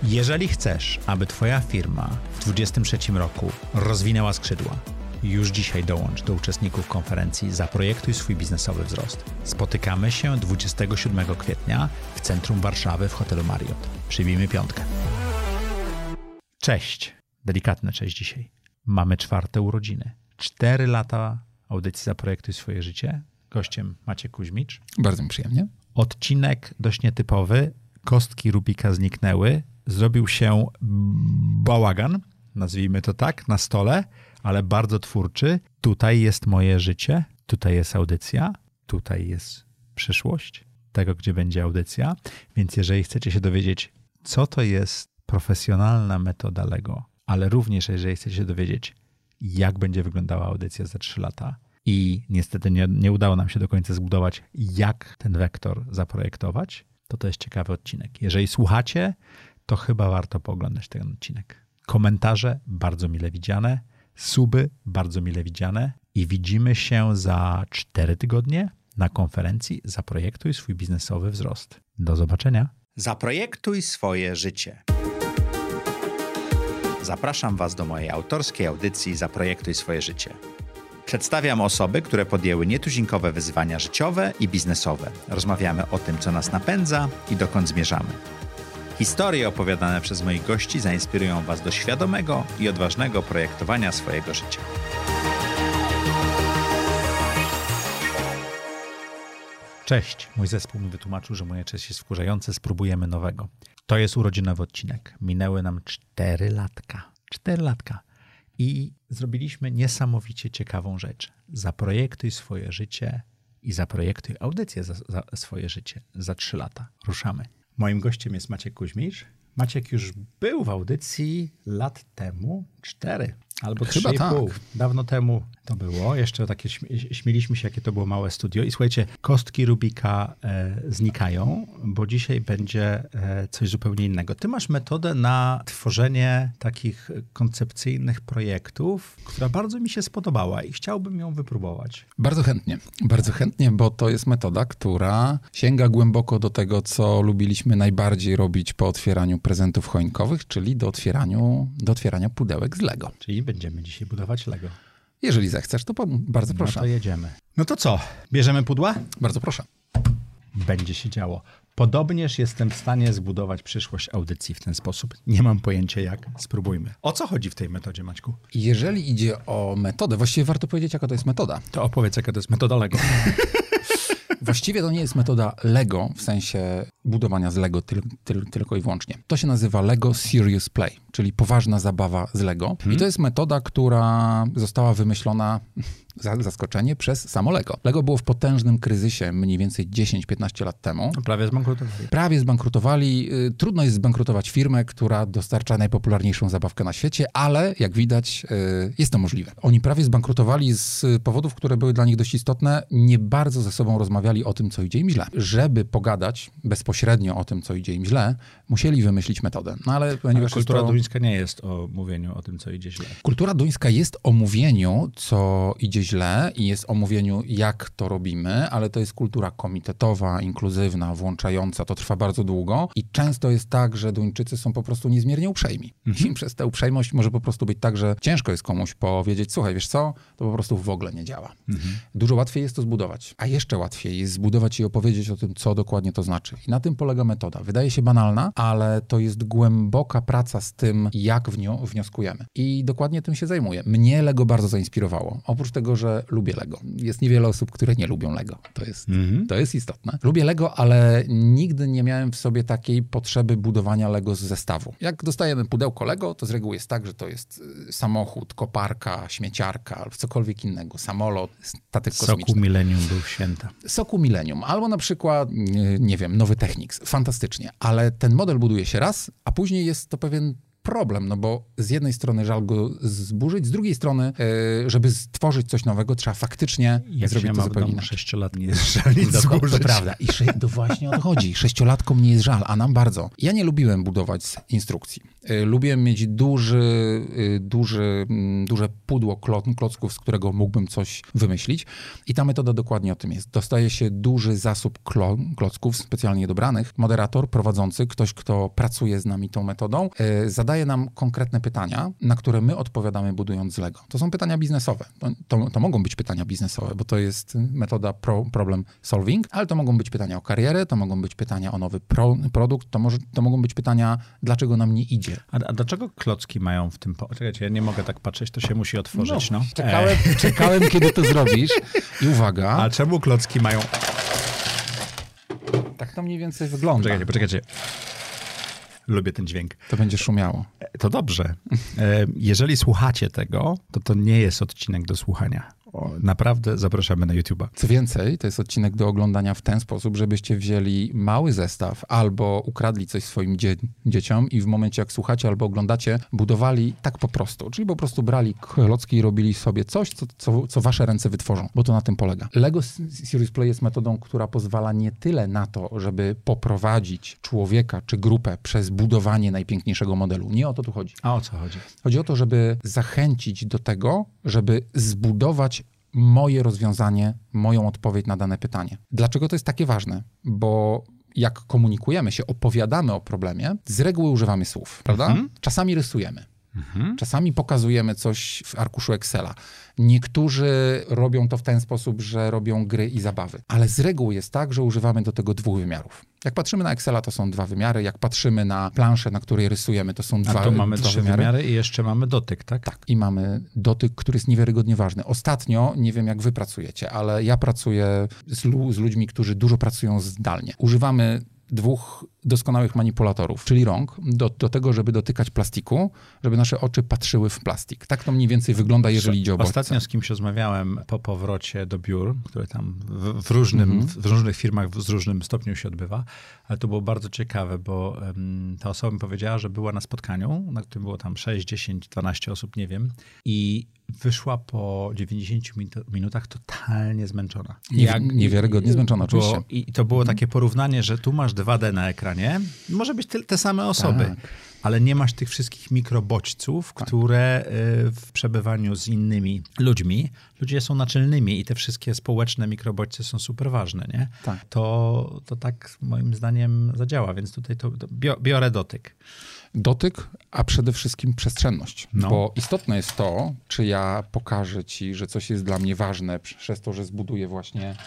Jeżeli chcesz, aby Twoja firma w 2023 roku rozwinęła skrzydła, już dzisiaj dołącz do uczestników konferencji Zaprojektuj swój biznesowy wzrost. Spotykamy się 27 kwietnia w centrum Warszawy w hotelu Marriott. Przybijmy piątkę. Cześć. Delikatne cześć dzisiaj. Mamy 4. urodziny. 4 lata audycji Zaprojektuj swoje życie. Gościem Maciek Kuźmicz. Bardzo mi przyjemnie. Odcinek dość nietypowy. Kostki Rubika zniknęły. Zrobił się bałagan, nazwijmy to tak, na stole, ale bardzo twórczy. Tutaj jest moje życie, tutaj jest audycja, tutaj jest przyszłość tego, gdzie będzie audycja. Więc jeżeli chcecie się dowiedzieć, co to jest profesjonalna metoda Lego, ale również jeżeli chcecie się dowiedzieć, jak będzie wyglądała audycja za 3 lata i niestety nie udało nam się do końca zbudować, jak ten wektor zaprojektować, to jest ciekawy odcinek. Jeżeli słuchacie, to chyba warto pooglądać ten odcinek. Komentarze bardzo mile widziane, suby bardzo mile widziane i widzimy się za 4 tygodnie na konferencji Zaprojektuj swój biznesowy wzrost. Do zobaczenia. Zaprojektuj swoje życie. Zapraszam Was do mojej autorskiej audycji Zaprojektuj swoje życie. Przedstawiam osoby, które podjęły nietuzinkowe wyzwania życiowe i biznesowe. Rozmawiamy o tym, co nas napędza i dokąd zmierzamy. Historie opowiadane przez moich gości zainspirują Was do świadomego i odważnego projektowania swojego życia. Cześć. Mój zespół mi wytłumaczył, że moje cześć jest wkurzające. Spróbujemy nowego. To jest urodzinowy odcinek. Minęły nam 4 latka. 4 latka. I zrobiliśmy niesamowicie ciekawą rzecz. Zaprojektuj swoje życie i zaprojektuj audycję za swoje życie. Za 3 lata. Ruszamy. Moim gościem jest Maciek Kuźmicz. Maciek już był w audycji lat temu, 4 albo 3,5. Tak. Dawno temu to było. Jeszcze takie śmieliśmy się, jakie to było małe studio. I słuchajcie, kostki Rubika znikają, bo dzisiaj będzie coś zupełnie innego. Ty masz metodę na tworzenie takich koncepcyjnych projektów, która bardzo mi się spodobała i chciałbym ją wypróbować. Bardzo chętnie, bo to jest metoda, która sięga głęboko do tego, co lubiliśmy najbardziej robić po otwieraniu prezentów choinkowych, czyli do otwierania pudełek z Lego. Czyli będziemy dzisiaj budować Lego. Jeżeli zechcesz, to bardzo proszę. No to jedziemy. No to co? Bierzemy pudła? Bardzo proszę. Będzie się działo. Podobnież jestem w stanie zbudować przyszłość audycji w ten sposób. Nie mam pojęcia jak. Spróbujmy. O co chodzi w tej metodzie, Maćku? Jeżeli idzie o metodę, właściwie warto powiedzieć, jaka to jest metoda. To opowiedz, jaka to jest metoda Lego. Właściwie to nie jest metoda Lego, w sensie budowania z Lego tylko i wyłącznie. To się nazywa Lego Serious Play, czyli poważna zabawa z Lego. I to jest metoda, która została wymyślona, zaskoczenie, przez samo Lego. Lego było w potężnym kryzysie mniej więcej 10-15 lat temu. Prawie zbankrutowali. Trudno jest zbankrutować firmę, która dostarcza najpopularniejszą zabawkę na świecie, ale jak widać jest to możliwe. Oni prawie zbankrutowali z powodów, które były dla nich dość istotne. Nie bardzo ze sobą rozmawiali o tym, co idzie im źle. Żeby pogadać bezpośrednio o tym, co idzie im źle, musieli wymyślić metodę. No, ale kultura duńska nie jest o mówieniu o tym, co idzie źle. Kultura duńska jest o mówieniu, co idzie źle i jest o mówieniu, jak to robimy, ale to jest kultura komitetowa, inkluzywna, włączająca. To trwa bardzo długo i często jest tak, że Duńczycy są po prostu niezmiernie uprzejmi. I przez tę uprzejmość może po prostu być tak, że ciężko jest komuś powiedzieć, słuchaj, wiesz co, to po prostu w ogóle nie działa. Dużo łatwiej jest to zbudować, a jeszcze łatwiej jest zbudować i opowiedzieć o tym, co dokładnie to znaczy. I na tym polega metoda. Wydaje się banalna, ale to jest głęboka praca z tym, jak wnioskujemy. I dokładnie tym się zajmuję. Mnie Lego bardzo zainspirowało. Oprócz tego, że lubię Lego. Jest niewiele osób, które nie lubią Lego. To jest istotne. Lubię Lego, ale nigdy nie miałem w sobie takiej potrzeby budowania Lego z zestawu. Jak dostajemy pudełko Lego, to z reguły jest tak, że to jest samochód, koparka, śmieciarka albo cokolwiek innego. Samolot, statek kosmiczny. Soku Millennium był święta. Soku Millennium. Albo na przykład, nie wiem, nowy Technics. Fantastycznie. Ale ten model buduje się raz, a później jest to pewien problem, no bo z jednej strony żal go zburzyć, z drugiej strony, żeby stworzyć coś nowego, trzeba faktycznie zrobić to zupełnie inaczej. 6-lat nie jest żal nic zburzyć. To prawda. I to właśnie o to chodzi. 6-latkom nie jest żal, a nam bardzo. Ja nie lubiłem budować z instrukcji. Lubiłem mieć duże pudło klocków, z którego mógłbym coś wymyślić. I ta metoda dokładnie o tym jest. Dostaje się duży zasób klocków specjalnie dobranych. Moderator, prowadzący, ktoś, kto pracuje z nami tą metodą, zadaje nam konkretne pytania, na które my odpowiadamy budując z Lego. To są pytania biznesowe. To mogą być pytania biznesowe, bo to jest metoda problem solving, ale to mogą być pytania o karierę, to mogą być pytania o nowy produkt, to mogą być pytania, dlaczego nam nie idzie. A dlaczego klocki mają w tym... Czekajcie, ja nie mogę tak patrzeć, to się musi otworzyć. No. Czekałem, kiedy to zrobisz. I uwaga. A czemu klocki mają... Tak to mniej więcej wygląda. Poczekajcie. Lubię ten dźwięk. To będzie szumiało. To dobrze. Jeżeli słuchacie tego, to nie jest odcinek do słuchania. Naprawdę zapraszamy na YouTube'a. Co więcej, to jest odcinek do oglądania w ten sposób, żebyście wzięli mały zestaw albo ukradli coś swoim dzieciom i w momencie jak słuchacie albo oglądacie, budowali tak po prostu. Czyli po prostu brali klocki i robili sobie coś, co wasze ręce wytworzą, bo to na tym polega. Lego Serious Play jest metodą, która pozwala nie tyle na to, żeby poprowadzić człowieka czy grupę przez budowanie najpiękniejszego modelu. Nie o to tu chodzi. A o co chodzi? Chodzi o to, żeby zachęcić do tego, żeby zbudować moje rozwiązanie, moją odpowiedź na dane pytanie. Dlaczego to jest takie ważne? Bo jak komunikujemy się, opowiadamy o problemie, z reguły używamy słów, prawda? Czasami rysujemy. Czasami pokazujemy coś w arkuszu Excela. Niektórzy robią to w ten sposób, że robią gry i zabawy. Ale z reguły jest tak, że używamy do tego 2 wymiarów. Jak patrzymy na Excela, to są 2 wymiary. Jak patrzymy na planszę, na której rysujemy, to są 2 wymiary. A tu mamy 3 wymiary i jeszcze mamy dotyk, tak? Tak. I mamy dotyk, który jest niewiarygodnie ważny. Ostatnio, nie wiem jak wy pracujecie, ale ja pracuję z ludźmi, którzy dużo pracują zdalnie. Używamy 2 doskonałych manipulatorów, czyli rąk, do tego, żeby dotykać plastiku, żeby nasze oczy patrzyły w plastik. Tak to mniej więcej wygląda, jeżeli idzie o bodźce. Ostatnio z kimś rozmawiałem po powrocie do biur, które tam w różnych firmach z różnym stopniu się odbywa, ale to było bardzo ciekawe, bo ta osoba mi powiedziała, że była na spotkaniu, na którym było tam 6, 10, 12 osób, nie wiem, i wyszła po 90 minutach totalnie zmęczona. Niewiarygodnie zmęczona, oczywiście. I to było takie porównanie, że tu masz 2D na ekranie, może być te same osoby, tak, ale nie masz tych wszystkich mikrobodźców, tak, które w przebywaniu z innymi ludźmi, ludzie są naczelnymi i te wszystkie społeczne mikrobodźce są super ważne, nie? Tak. To tak moim zdaniem zadziała, więc tutaj to biorę dotyk. Dotyk, a przede wszystkim przestrzenność. No. Bo istotne jest to, czy ja pokażę ci, że coś jest dla mnie ważne przez to, że zbuduję właśnie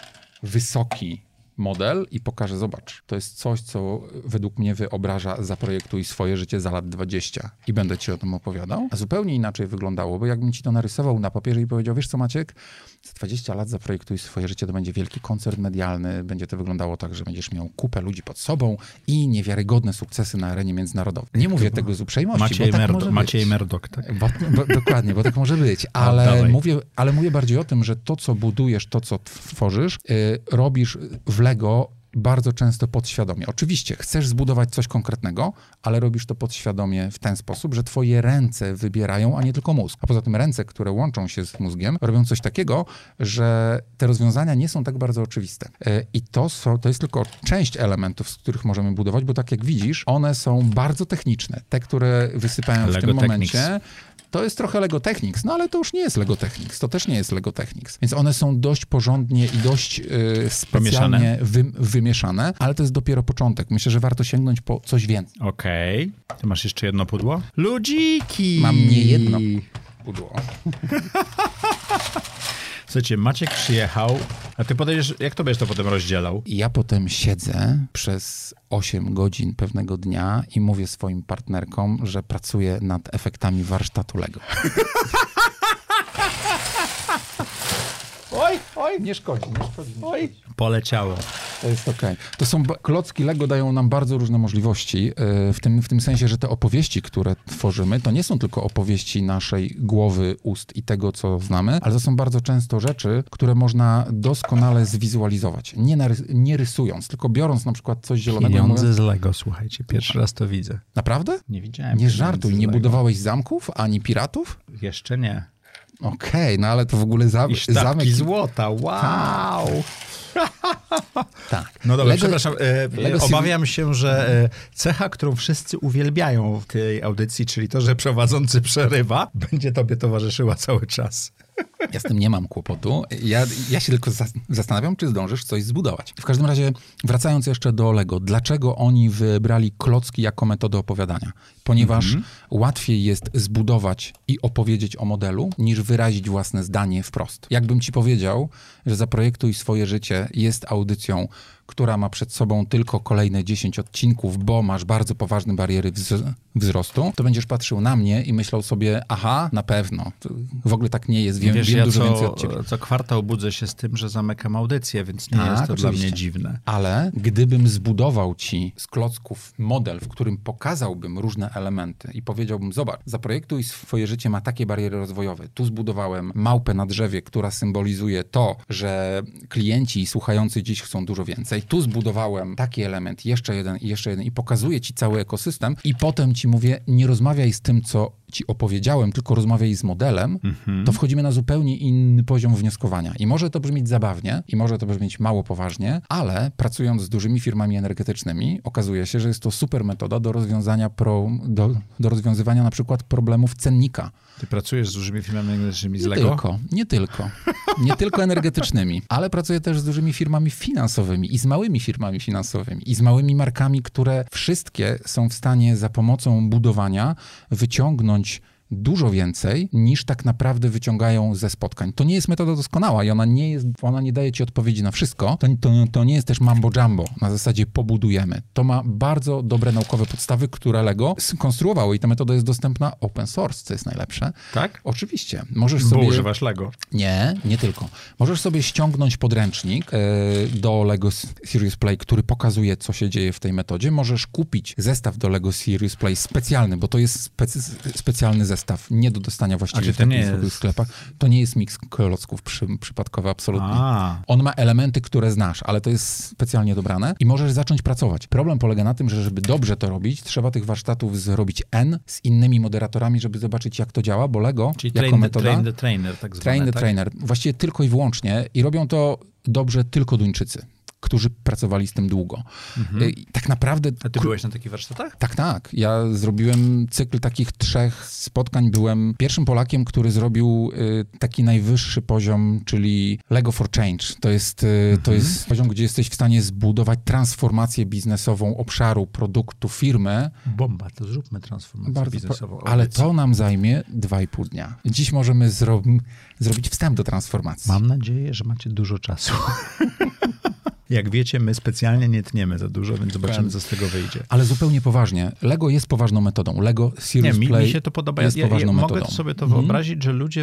wysoki model i pokażę, zobacz, to jest coś, co według mnie wyobraża, zaprojektuj swoje życie za lat 20 i będę ci o tym opowiadał. A zupełnie inaczej wyglądałoby, jakbym ci to narysował na papierze i powiedział, wiesz co Maciek, za 20 lat zaprojektuj swoje życie, to będzie wielki koncert medialny, będzie to wyglądało tak, że będziesz miał kupę ludzi pod sobą i niewiarygodne sukcesy na arenie międzynarodowej. Nie mówię tego z uprzejmości, Maciej Murdoch, tak? Dokładnie, bo tak może być, ale mówię bardziej o tym, że to, co budujesz, to, co tworzysz, robisz w Lego bardzo często podświadomie. Oczywiście chcesz zbudować coś konkretnego, ale robisz to podświadomie w ten sposób, że twoje ręce wybierają, a nie tylko mózg. A poza tym ręce, które łączą się z mózgiem, robią coś takiego, że te rozwiązania nie są tak bardzo oczywiste. I to jest tylko część elementów, z których możemy budować, bo tak jak widzisz, one są bardzo techniczne. Te, które wysypałem w tym momencie, to jest trochę Lego Technics, no ale to już nie jest Lego Technics, to też nie jest Lego Technics. Więc one są dość porządnie i dość specjalnie wymieszane, ale to jest dopiero początek. Myślę, że warto sięgnąć po coś więcej. Okej. Ty masz jeszcze jedno pudło? Ludziki! Mam nie jedno pudło. Słuchajcie, Maciek przyjechał, a ty podejdziesz, jak to będziesz to potem rozdzielał? Ja potem siedzę przez 8 godzin pewnego dnia i mówię swoim partnerkom, że pracuję nad efektami warsztatu Lego. Oj, Oj, nie szkodzi. Oj, poleciało. To jest okej. To są klocki Lego dają nam bardzo różne możliwości, w tym sensie, że te opowieści, które tworzymy, to nie są tylko opowieści naszej głowy, ust i tego, co znamy, ale to są bardzo często rzeczy, które można doskonale zwizualizować. Nie rysując, tylko biorąc na przykład coś zielonego. Pieniądze z Lego, słuchajcie, pierwszy raz to widzę. Naprawdę? Nie widziałem. Nie żartuj, nie budowałeś zamków ani piratów? Jeszcze nie. Okej, no ale to w ogóle I sztabki zamek... złota, wow! Tak. No dobra, Lego, przepraszam. Obawiam się, że cecha, którą wszyscy uwielbiają w tej audycji, czyli to, że prowadzący przerywa, będzie tobie towarzyszyła cały czas. Ja z tym nie mam kłopotu. Ja się tylko zastanawiam, czy zdążysz coś zbudować. W każdym razie, wracając jeszcze do Lego, dlaczego oni wybrali klocki jako metodę opowiadania? Ponieważ łatwiej jest zbudować i opowiedzieć o modelu, niż wyrazić własne zdanie wprost. Jakbym ci powiedział, że Zaprojektuj swoje życie jest audycją, która ma przed sobą tylko kolejne 10 odcinków, bo masz bardzo poważne bariery wzrostu, to będziesz patrzył na mnie i myślał sobie, aha, na pewno. W ogóle tak nie jest, wiem dużo więcej od ciebie. Co kwartał budzę się z tym, że zamykam audycję, więc nie jest to dla mnie dziwne. Ale gdybym zbudował ci z klocków model, w którym pokazałbym różne elementy i powiedziałbym, zobacz, Zaprojektuj swoje życie ma takie bariery rozwojowe. Tu zbudowałem małpę na drzewie, która symbolizuje to, że klienci i słuchający dziś chcą dużo więcej. Tu zbudowałem taki element, jeszcze jeden i pokazuję ci cały ekosystem i potem ci mówię, nie rozmawiaj z tym, co ci opowiedziałem, tylko rozmawiaj z modelem, to wchodzimy na zupełnie inny poziom wnioskowania. I może to brzmieć zabawnie, i może to brzmieć mało poważnie, ale pracując z dużymi firmami energetycznymi, okazuje się, że jest to super metoda do rozwiązania do rozwiązywania na przykład problemów cennika. Ty pracujesz z dużymi firmami energetycznymi z Lego? Nie tylko energetycznymi, ale pracuję też z dużymi firmami finansowymi i z małymi firmami finansowymi i z małymi markami, które wszystkie są w stanie za pomocą budowania wyciągnąć dużo więcej, niż tak naprawdę wyciągają ze spotkań. To nie jest metoda doskonała i ona nie daje ci odpowiedzi na wszystko. To nie jest też mambo jumbo. Na zasadzie pobudujemy. To ma bardzo dobre naukowe podstawy, które Lego skonstruowało i ta metoda jest dostępna open source, co jest najlepsze. Tak? Oczywiście. Możesz sobie... Bo używasz Lego. Nie tylko. Możesz sobie ściągnąć podręcznik do Lego Serious Play, który pokazuje, co się dzieje w tej metodzie. Możesz kupić zestaw do Lego Serious Play specjalny, bo to jest specjalny zestaw, nie do dostania właściwie w takich sklepach. To nie jest miks klocków przypadkowy, absolutnie. On ma elementy, które znasz, ale to jest specjalnie dobrane i możesz zacząć pracować. Problem polega na tym, że żeby dobrze to robić, trzeba tych warsztatów zrobić N z innymi moderatorami, żeby zobaczyć, jak to działa, bo Lego czyli jako metoda... Train the trainer, tak zwane. Train the trainer. Właściwie tylko i wyłącznie i robią to dobrze tylko Duńczycy, którzy pracowali z tym długo. Tak naprawdę... A ty byłeś na takich warsztatach? Tak. Ja zrobiłem cykl takich 3 spotkań. Byłem pierwszym Polakiem, który zrobił taki najwyższy poziom, czyli Lego for Change. To jest poziom, gdzie jesteś w stanie zbudować transformację biznesową obszaru, produktu, firmy. Bomba, to zróbmy transformację biznesową. Ale to nam zajmie 2,5 dnia. Dziś możemy zrobić wstęp do transformacji. Mam nadzieję, że macie dużo czasu. Jak wiecie, my specjalnie nie tniemy za dużo, więc zobaczymy, co z tego wyjdzie. Ale zupełnie poważnie. Lego jest poważną metodą. Lego Serious Play mi się to podoba. jest poważną metodą. Mogę sobie to wyobrazić, że ludzie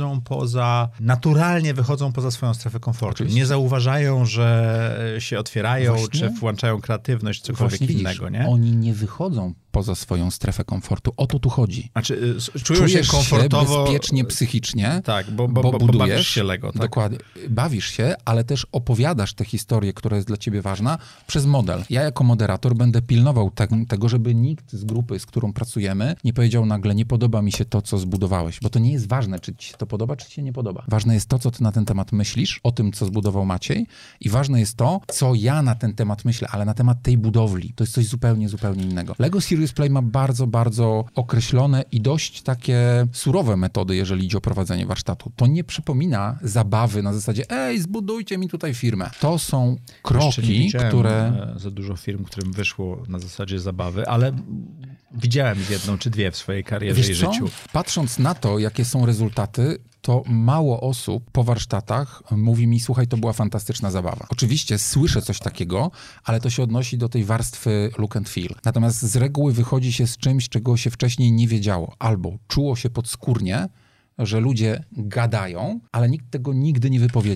naturalnie wychodzą poza swoją strefę komfortu. Oczywiście. Nie zauważają, że się otwierają, czy włączają kreatywność, cokolwiek innego. Nie? Oni nie wychodzą poza swoją strefę komfortu. O to tu chodzi. Znaczy, czujesz się komfortowo... bezpiecznie, psychicznie, tak, bo budujesz. Bawisz się Lego. Tak? Dokładnie. Bawisz się, ale też opowiadasz tę historię, która jest dla ciebie ważna, przez model. Ja jako moderator będę pilnował tego, żeby nikt z grupy, z którą pracujemy, nie powiedział nagle, nie podoba mi się to, co zbudowałeś. Bo to nie jest ważne, czy ci się to podoba, czy ci się nie podoba. Ważne jest to, co ty na ten temat myślisz, o tym, co zbudował Maciej i ważne jest to, co ja na ten temat myślę, ale na temat tej budowli. To jest coś zupełnie, zupełnie innego. Lego Serious Play ma bardzo, bardzo określone i dość takie surowe metody, jeżeli idzie o prowadzenie warsztatu. To nie przypomina zabawy na zasadzie, zbudujcie mi tutaj firmę. To są kroki, które... za dużo firm, którym wyszło na zasadzie zabawy, ale widziałem jedną czy dwie w swojej karierze i życiu. Patrząc na to, jakie są rezultaty, to mało osób po warsztatach mówi mi, słuchaj, to była fantastyczna zabawa. Oczywiście słyszę coś takiego, ale to się odnosi do tej warstwy look and feel. Natomiast z reguły wychodzi się z czymś, czego się wcześniej nie wiedziało, albo czuło się podskórnie, że ludzie gadają, ale nikt tego nigdy nie wypowiedział.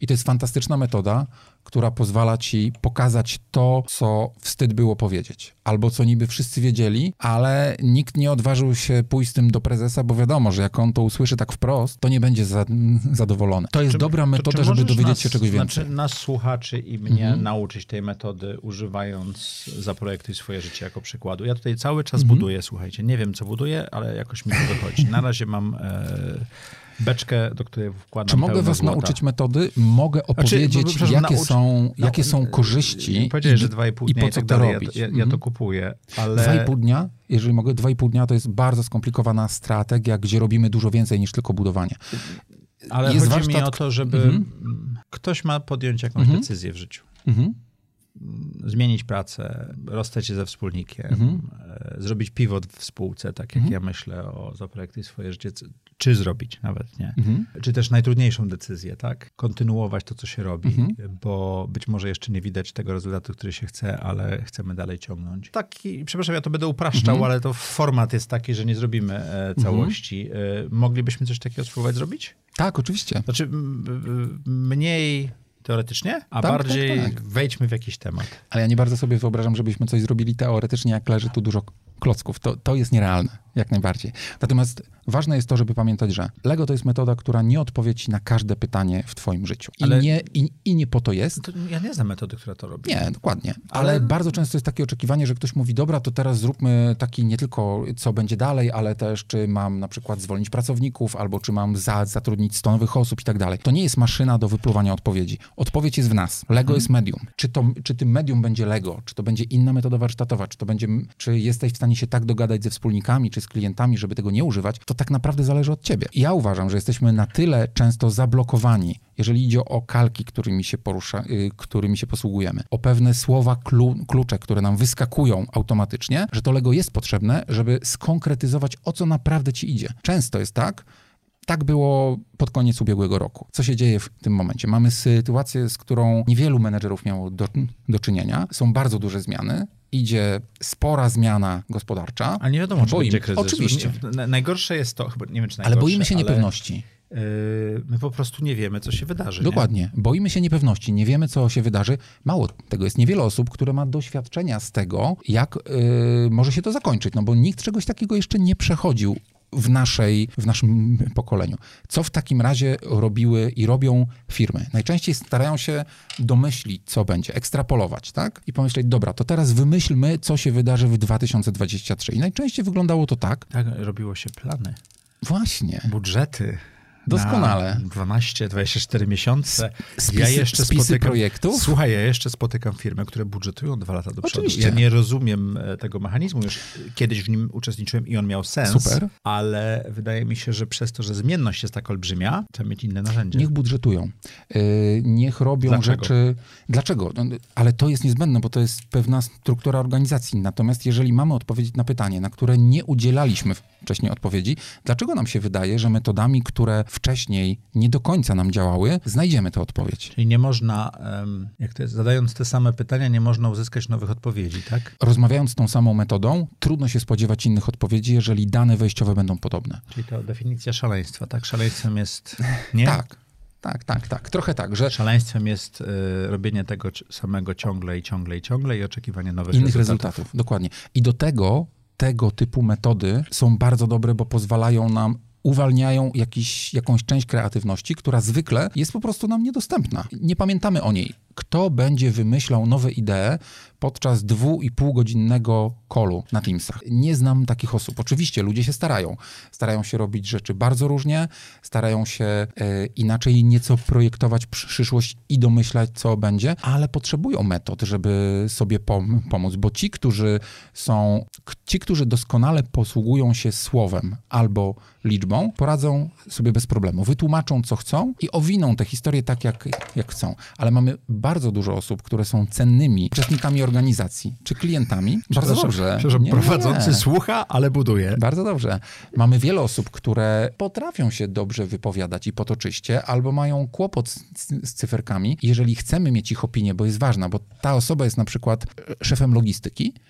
I to jest fantastyczna metoda, która pozwala ci pokazać to, co wstyd było powiedzieć. Albo co niby wszyscy wiedzieli, ale nikt nie odważył się pójść z tym do prezesa, bo wiadomo, że jak on to usłyszy tak wprost, to nie będzie zadowolony. To jest dobra metoda, żeby dowiedzieć się czegoś więcej. Nas słuchaczy i mnie nauczyć tej metody, używając Zaprojektuj swoje życie jako przykładu. Ja tutaj cały czas buduję, słuchajcie. Nie wiem, co buduję, ale jakoś mi to wychodzi. Na razie mam beczkę, do której wkładam Czy mogę was złota. nauczyć metody? Mogę opowiedzieć, jakie są korzyści powiedziałeś, że 2,5 i dnia po co tak to dalej. robić. Ja to kupuję, ale... 2,5 dnia, jeżeli mogę, 2,5 dnia to jest bardzo skomplikowana strategia, gdzie robimy dużo więcej niż tylko budowanie. Ale jest chodzi mi o to, żeby ktoś ma podjąć jakąś decyzję w życiu. Zmienić pracę, rozstać się ze wspólnikiem, zrobić pivot w spółce, tak jak ja myślę o Zaprojektuj swoje życie, czy zrobić nawet, nie? Czy też najtrudniejszą decyzję, tak? Kontynuować to, co się robi, bo być może jeszcze nie widać tego rezultatu, który się chce, ale chcemy dalej ciągnąć. Taki, przepraszam, ja to będę upraszczał, ale to format jest taki, że nie zrobimy całości. Moglibyśmy coś takiego spróbować zrobić? Tak, oczywiście. Znaczy mniej teoretycznie, a bardziej wejdźmy w jakiś temat. Ale ja nie bardzo sobie wyobrażam, żebyśmy coś zrobili teoretycznie, jak leży tu dużo klocków. To jest nierealne, jak najbardziej. Natomiast ważne jest to, żeby pamiętać, że Lego to jest metoda, która nie odpowie ci na każde pytanie w twoim życiu. I nie po to jest. To ja nie znam metody, która to robi. Nie, dokładnie. Ale bardzo często jest takie oczekiwanie, że ktoś mówi, dobra, to teraz zróbmy taki nie tylko co będzie dalej, ale też czy mam na przykład zwolnić pracowników, albo czy mam zatrudnić 100 nowych osób i tak dalej. To nie jest maszyna do wypluwania odpowiedzi. Odpowiedź jest w nas. Lego jest medium. Czy tym medium będzie Lego, czy to będzie inna metoda warsztatowa, czy jesteś w stanie się tak dogadać ze wspólnikami, czy z klientami, żeby tego nie używać, to tak naprawdę zależy od ciebie. I ja uważam, że jesteśmy na tyle często zablokowani, jeżeli idzie o kalki, którymi się posługujemy, o pewne słowa klucze, które nam wyskakują automatycznie, że to Lego jest potrzebne, żeby skonkretyzować, o co naprawdę ci idzie. Często jest tak było pod koniec ubiegłego roku. Co się dzieje w tym momencie? Mamy sytuację, z którą niewielu menedżerów miało do czynienia. Są bardzo duże zmiany. Idzie spora zmiana gospodarcza. A nie wiadomo, czy będzie kryzys. Oczywiście. Najgorsze jest to, chyba nie wiem, czy najgorsze, ale boimy się niepewności. My po prostu nie wiemy, co się wydarzy. Dokładnie. Nie? Boimy się niepewności, nie wiemy, co się wydarzy. Mało tego, jest niewiele osób, które ma doświadczenia z tego, jak może się to zakończyć, no bo nikt czegoś takiego jeszcze nie przechodził w naszym pokoleniu. Co w takim razie robiły i robią firmy? Najczęściej starają się domyślić, co będzie, ekstrapolować, tak? I pomyśleć, dobra, to teraz wymyślmy, co się wydarzy w 2023. I najczęściej wyglądało to tak. Tak, robiło się plany. Właśnie. Budżety. Doskonale. 12-24 miesiące. Spisy projektów? Słuchaj, ja jeszcze spotykam firmy, które budżetują 2 lata do przodu. Oczywiście. Ja nie rozumiem tego mechanizmu. Już kiedyś w nim uczestniczyłem i on miał sens. Super. Ale wydaje mi się, że przez to, że zmienność jest tak olbrzymia, trzeba mieć inne narzędzia. Niech budżetują. Niech robią rzeczy. Dlaczego? Ale to jest niezbędne, bo to jest pewna struktura organizacji. Natomiast jeżeli mamy odpowiedzieć na pytanie, na które nie udzielaliśmy wcześniej odpowiedzi, dlaczego nam się wydaje, że metodami, które wcześniej nie do końca nam działały, znajdziemy tę odpowiedź. Czyli nie można, zadając te same pytania, nie można uzyskać nowych odpowiedzi, tak? Rozmawiając tą samą metodą, trudno się spodziewać innych odpowiedzi, jeżeli dane wejściowe będą podobne. Czyli to definicja szaleństwa, tak? Szaleństwem jest... Nie? Tak. Trochę tak, że... Szaleństwem jest robienie tego samego ciągle i oczekiwanie nowych innych rezultatów. Dokładnie. I do tego typu metody są bardzo dobre, bo pozwalają nam uwalniają jakąś część kreatywności, która zwykle jest po prostu nam niedostępna. Nie pamiętamy o niej. Kto będzie wymyślał nowe idee podczas 2,5-godzinnego callu na Teamsach? Nie znam takich osób. Oczywiście ludzie się starają. Starają się robić rzeczy bardzo różnie, starają się inaczej nieco projektować przyszłość i domyślać, co będzie, ale potrzebują metod, żeby sobie pomóc, bo ci, którzy doskonale posługują się słowem albo liczbą, poradzą sobie bez problemu. Wytłumaczą, co chcą i owiną tę historię tak, jak chcą. Ale mamy bardzo dużo osób, które są cennymi uczestnikami organizacji czy klientami. Bardzo dobrze. Prowadzący słucha, ale buduje. Bardzo dobrze. Mamy wiele osób, które potrafią się dobrze wypowiadać i potoczyście, albo mają kłopot z cyferkami. Jeżeli chcemy mieć ich opinię, bo jest ważna, bo ta osoba jest na przykład szefem logistyki,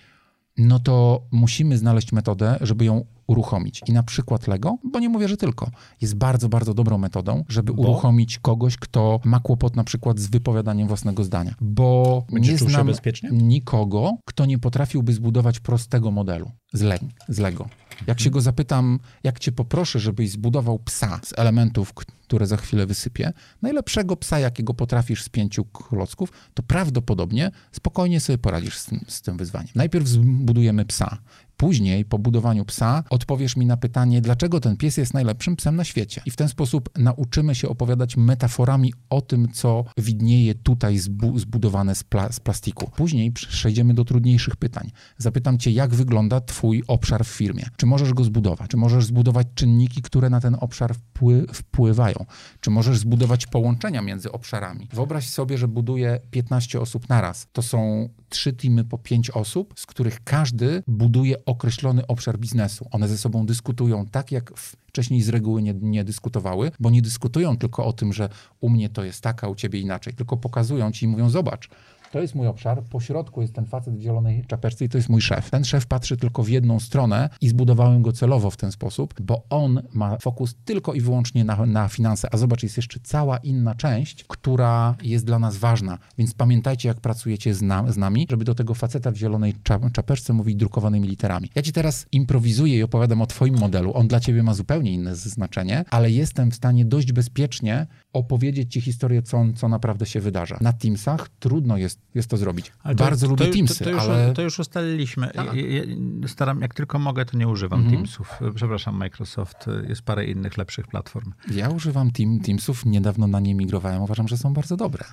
no to musimy znaleźć metodę, żeby ją uruchomić. I na przykład Lego, bo nie mówię, że tylko, jest bardzo, bardzo dobrą metodą, żeby uruchomić kogoś, kto ma kłopot na przykład z wypowiadaniem własnego zdania. Bo nie znam nikogo, kto nie potrafiłby zbudować prostego modelu z Lego. Jak się go zapytam, jak cię poproszę, żebyś zbudował psa z elementów, które za chwilę wysypię, najlepszego psa, jakiego potrafisz z 5 klocków, to prawdopodobnie spokojnie sobie poradzisz z tym wyzwaniem. Najpierw zbudujemy psa. Później, po budowaniu psa, odpowiesz mi na pytanie, dlaczego ten pies jest najlepszym psem na świecie. I w ten sposób nauczymy się opowiadać metaforami o tym, co widnieje tutaj zbudowane z plastiku. Później przejdziemy do trudniejszych pytań. Zapytam cię, jak wygląda twój obszar w firmie. Czy możesz go zbudować? Czy możesz zbudować czynniki, które na ten obszar wpływają? Czy możesz zbudować połączenia między obszarami? Wyobraź sobie, że buduję 15 osób naraz. To są 3 teamy po 5 osób, z których każdy buduje określony obszar biznesu. One ze sobą dyskutują tak, jak wcześniej z reguły nie dyskutowały, bo nie dyskutują tylko o tym, że u mnie to jest tak, a u ciebie inaczej, tylko pokazują ci i mówią, zobacz, to jest mój obszar, po środku jest ten facet w zielonej czapeczce i to jest mój szef. Ten szef patrzy tylko w jedną stronę i zbudowałem go celowo w ten sposób, bo on ma fokus tylko i wyłącznie na finanse, a zobacz, jest jeszcze cała inna część, która jest dla nas ważna, więc pamiętajcie, jak pracujecie z nami, żeby do tego faceta w zielonej czapeczce mówić drukowanymi literami. Ja ci teraz improwizuję i opowiadam o twoim modelu, on dla ciebie ma zupełnie inne znaczenie, ale jestem w stanie dość bezpiecznie opowiedzieć ci historię, co naprawdę się wydarza. Na Teamsach trudno jest to zrobić. Bardzo lubię Teamsy, ale... To już ustaliliśmy. Ja jak tylko mogę, to nie używam Teamsów. Przepraszam, Microsoft. Jest parę innych, lepszych platform. Ja używam Teamsów. Niedawno na nie migrowałem. Uważam, że są bardzo dobre.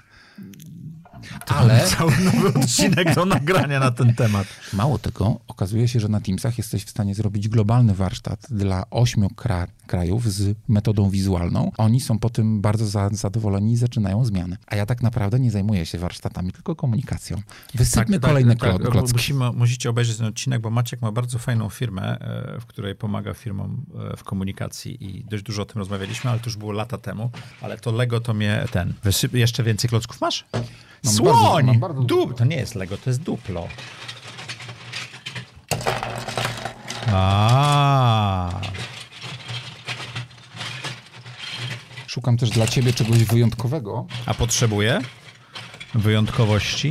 Ale cały nowy odcinek do nagrania na ten temat. Mało tego, okazuje się, że na Teamsach jesteś w stanie zrobić globalny warsztat dla 8 krajów z metodą wizualną. Oni są po tym bardzo zadowoleni i zaczynają zmiany. A ja tak naprawdę nie zajmuję się warsztatami, tylko komunikacją. Wysypmy kolejne klocki. Musicie obejrzeć ten odcinek, bo Maciek ma bardzo fajną firmę, w której pomaga firmom w komunikacji i dość dużo o tym rozmawialiśmy, ale to już było lata temu. Ale to Lego to mnie jeszcze więcej klocków masz? Słoń! To nie jest Lego, to jest Duplo. Szukam też dla ciebie czegoś wyjątkowego. A potrzebuję wyjątkowości?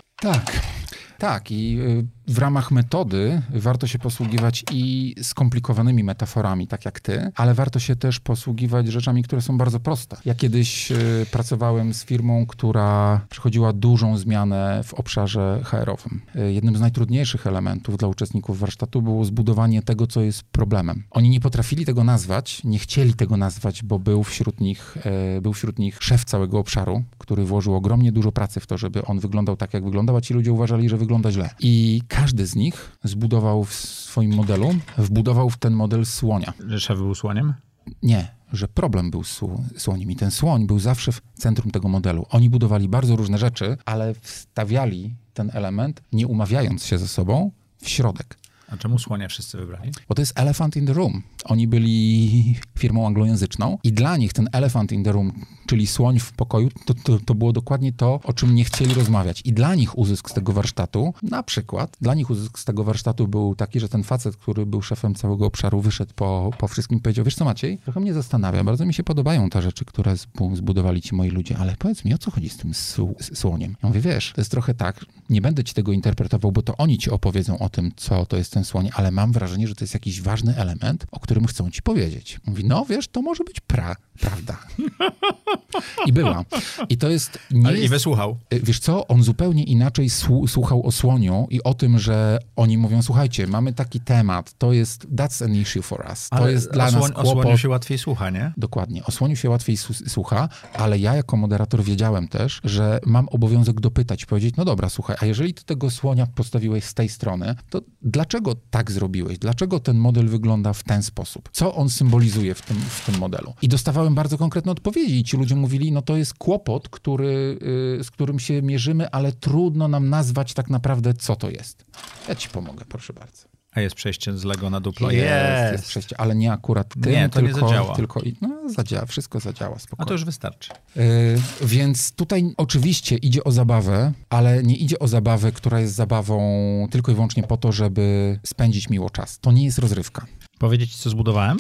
Tak, i w ramach metody warto się posługiwać i skomplikowanymi metaforami, tak jak ty, ale warto się też posługiwać rzeczami, które są bardzo proste. Ja kiedyś pracowałem z firmą, która przechodziła dużą zmianę w obszarze HR-owym. Jednym z najtrudniejszych elementów dla uczestników warsztatu było zbudowanie tego, co jest problemem. Oni nie potrafili tego nazwać, nie chcieli tego nazwać, bo był wśród nich szef całego obszaru, który włożył ogromnie dużo pracy w to, żeby on wyglądał tak, jak wyglądał, a ci ludzie uważali, że wygląda źle. I każdy z nich zbudował w swoim modelu, wbudował w ten model słonia. Że szef był słoniem? Nie, że problem był słoniem i ten słoń był zawsze w centrum tego modelu. Oni budowali bardzo różne rzeczy, ale wstawiali ten element, nie umawiając się ze sobą, w środek. A czemu słonia wszyscy wybrali? Bo to jest elephant in the room. Oni byli firmą anglojęzyczną i dla nich ten elephant in the room, czyli słoń w pokoju, to było dokładnie to, o czym nie chcieli rozmawiać. I dla nich uzysk z tego warsztatu, na przykład, był taki, że ten facet, który był szefem całego obszaru, wyszedł po wszystkim i powiedział, wiesz co Maciej, trochę mnie zastanawia, bardzo mi się podobają te rzeczy, które zbudowali ci moi ludzie, ale powiedz mi, o co chodzi z tym słoniem? Ja mówię, wiesz, to jest trochę tak, nie będę ci tego interpretował, bo to oni ci opowiedzą o tym, co to jest ten słoń, ale mam wrażenie, że to jest jakiś ważny element, o którym chcą ci powiedzieć. Mówi, no wiesz, to może być prawda. I była. I to jest... I wysłuchał. Wiesz co, on zupełnie inaczej słuchał o słoniu i o tym, że oni mówią, słuchajcie, mamy taki temat, that's an issue for us. To jest dla nas kłopot. O słoniu się łatwiej słucha, nie? Dokładnie. O słoniu się łatwiej słucha, ale ja jako moderator wiedziałem też, że mam obowiązek dopytać, powiedzieć, no dobra, słuchaj, a jeżeli ty tego słonia postawiłeś z tej strony, to dlaczego tak zrobiłeś? Dlaczego ten model wygląda w ten sposób? Co on symbolizuje w tym modelu? I dostawałem bardzo konkretne odpowiedzi i ci ludzie mówili, no to jest kłopot, z którym się mierzymy, ale trudno nam nazwać tak naprawdę, co to jest. Ja ci pomogę, proszę bardzo. A jest przejście z Lego na Duplo? Jest przejście, ale nie akurat tym, nie, to tylko, nie zadziała. Zadziała, wszystko zadziała, spokojnie. A to już wystarczy. Więc tutaj oczywiście idzie o zabawę, ale nie idzie o zabawę, która jest zabawą tylko i wyłącznie po to, żeby spędzić miło czas. To nie jest rozrywka. Powiedzieć ci, co zbudowałem?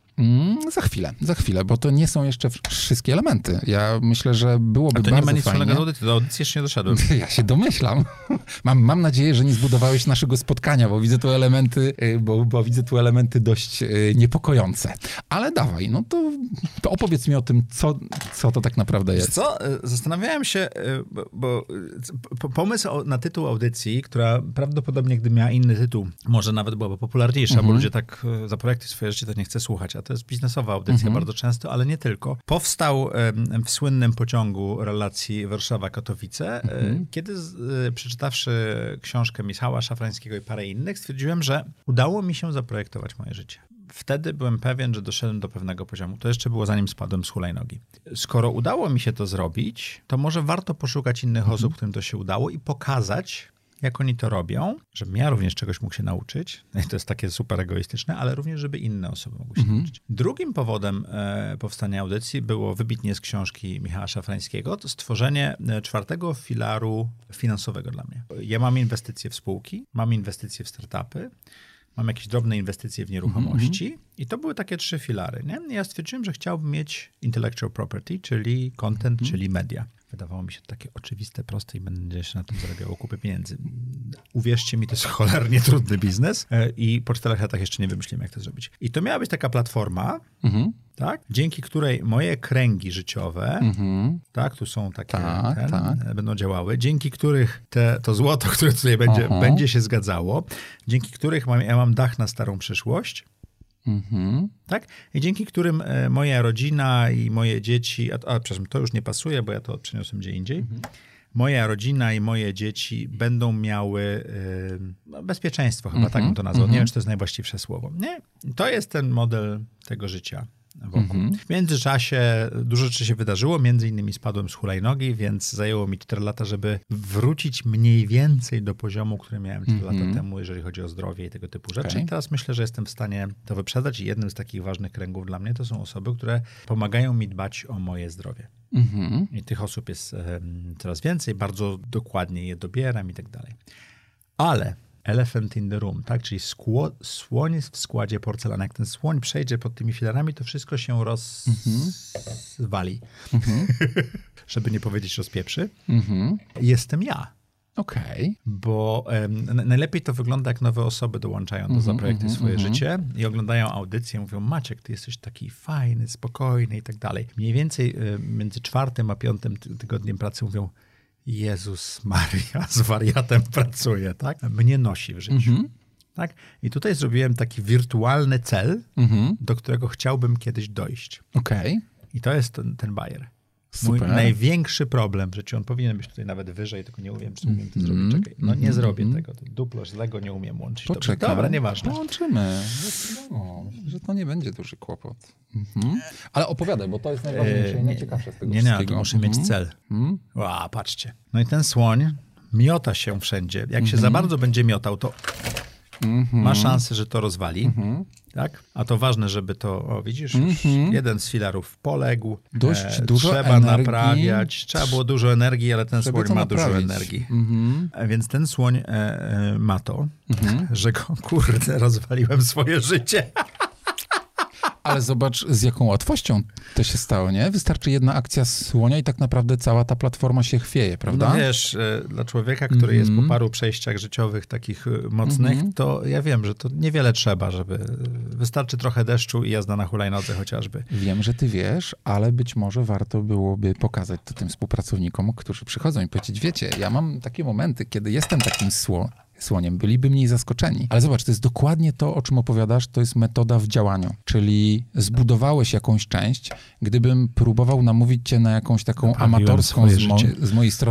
Za chwilę, bo to nie są jeszcze wszystkie elementy. Ja myślę, że byłoby bardzo fajnie. A to nie ma nic wspólnego z audycją. Do audycji jeszcze nie doszedłem. Ja się domyślam. Mam nadzieję, że nie zbudowałeś naszego spotkania, bo widzę tu elementy, bo widzę tu elementy dość niepokojące. Ale dawaj, no to opowiedz mi o tym, co to tak naprawdę jest. Co? Zastanawiałem się, bo pomysł na tytuł audycji, która prawdopodobnie, gdy miała inny tytuł, może nawet byłaby popularniejsza, bo ludzie tak zaprojektują swoje życie, to nie chce słuchać, a to jest biznesowa audycja bardzo często, ale nie tylko. Powstał w słynnym pociągu relacji Warszawa-Katowice, kiedy przeczytawszy książkę Michała Szafrańskiego i parę innych, stwierdziłem, że udało mi się zaprojektować moje życie. Wtedy byłem pewien, że doszedłem do pewnego poziomu. To jeszcze było zanim spadłem z hulajnogi. Skoro udało mi się to zrobić, to może warto poszukać innych osób, którym to się udało i pokazać, jak oni to robią, żebym ja również czegoś mógł się nauczyć. To jest takie super egoistyczne, ale również, żeby inne osoby mogły się nauczyć. Drugim powodem powstania audycji było wybitnie z książki Michała Szafrańskiego, to stworzenie 4. filaru finansowego dla mnie. Ja mam inwestycje w spółki, mam inwestycje w startupy, mam jakieś drobne inwestycje w nieruchomości i to były takie 3 filary. Nie? Ja stwierdziłem, że chciałbym mieć intellectual property, czyli content, czyli media. Wydawało mi się to takie oczywiste, proste i będzie się na tym zarabiało kupę pieniędzy. Uwierzcie mi, to jest cholernie trudny biznes i po 4 latach jeszcze nie wymyśliłem, jak to zrobić. I to miała być taka platforma, tak, dzięki której moje kręgi życiowe, tak, tu są takie, będą działały, dzięki których to złoto, które tutaj będzie się zgadzało, dzięki których ja mam dach na starą przyszłość, tak? I dzięki którym moja rodzina i moje dzieci, przepraszam, to już nie pasuje, bo ja to przeniosłem gdzie indziej. Moja rodzina i moje dzieci będą miały bezpieczeństwo, chyba tak bym to nazwał. Nie wiem, czy to jest najwłaściwsze słowo. Nie? To jest ten model tego życia wokół. W międzyczasie dużo rzeczy się wydarzyło, między innymi spadłem z hulajnogi, więc zajęło mi 4 lata, żeby wrócić mniej więcej do poziomu, który miałem 4 lata temu, jeżeli chodzi o zdrowie i tego typu rzeczy. I teraz myślę, że jestem w stanie to wyprzedzać i jednym z takich ważnych kręgów dla mnie to są osoby, które pomagają mi dbać o moje zdrowie. I tych osób jest coraz więcej, bardzo dokładnie je dobieram i tak dalej. Ale elephant in the room, tak? Czyli słoń w składzie porcelany. Jak ten słoń przejdzie pod tymi filarami, to wszystko się rozwali. Żeby nie powiedzieć rozpieprzy. Jestem ja. Okej. Bo najlepiej to wygląda, jak nowe osoby dołączają do Zaprojektuj swoje życie i oglądają audycję, mówią: Maciek, ty jesteś taki fajny, spokojny i tak dalej. Mniej więcej między 4. a 5. tygodniem pracy mówią: Jezus Maria, z wariatem pracuję, tak? Mnie nosi w życiu. Tak? I tutaj zrobiłem taki wirtualny cel, do którego chciałbym kiedyś dojść. Okej. I to jest ten bajer. Super. Mój największy problem w życiu, on powinien być tutaj nawet wyżej, tylko nie umiem, czy umiem to zrobić. Czekaj. No nie zrobię tego. Duplo z Lego nie umiem łączyć. Poczekaj. Dobra, nieważne. Połączymy. Myślę, że to nie będzie duży kłopot. Ale opowiadaj, bo to jest najważniejsze i najciekawsze z tego wszystkiego. Nie, to muszę mieć cel. Patrzcie. No i ten słoń miota się wszędzie. Jak się za bardzo będzie miotał, to ma szansę, że to rozwali. Tak? A to ważne, żeby to, widzisz, już jeden z filarów poległ. Dość dużo trzeba energii. Naprawiać. Trzeba było dużo energii, ale ten słoń ma dużo energii. Więc ten słoń ma to, że go, kurde, rozwaliłem swoje życie. Ale zobacz, z jaką łatwością to się stało, nie? Wystarczy jedna akcja słonia i tak naprawdę cała ta platforma się chwieje, prawda? No wiesz, dla człowieka, który jest po paru przejściach życiowych takich mocnych, to ja wiem, że to niewiele trzeba, żeby... Wystarczy trochę deszczu i jazda na hulajnodze chociażby. Wiem, że ty wiesz, ale być może warto byłoby pokazać to tym współpracownikom, którzy przychodzą i powiedzieć: wiecie, ja mam takie momenty, kiedy jestem takim słoniem, byliby mniej zaskoczeni. Ale zobacz, to jest dokładnie to, o czym opowiadasz, to jest metoda w działaniu. Czyli zbudowałeś jakąś część, gdybym próbował namówić cię na jakąś taką amatorską z mojej strony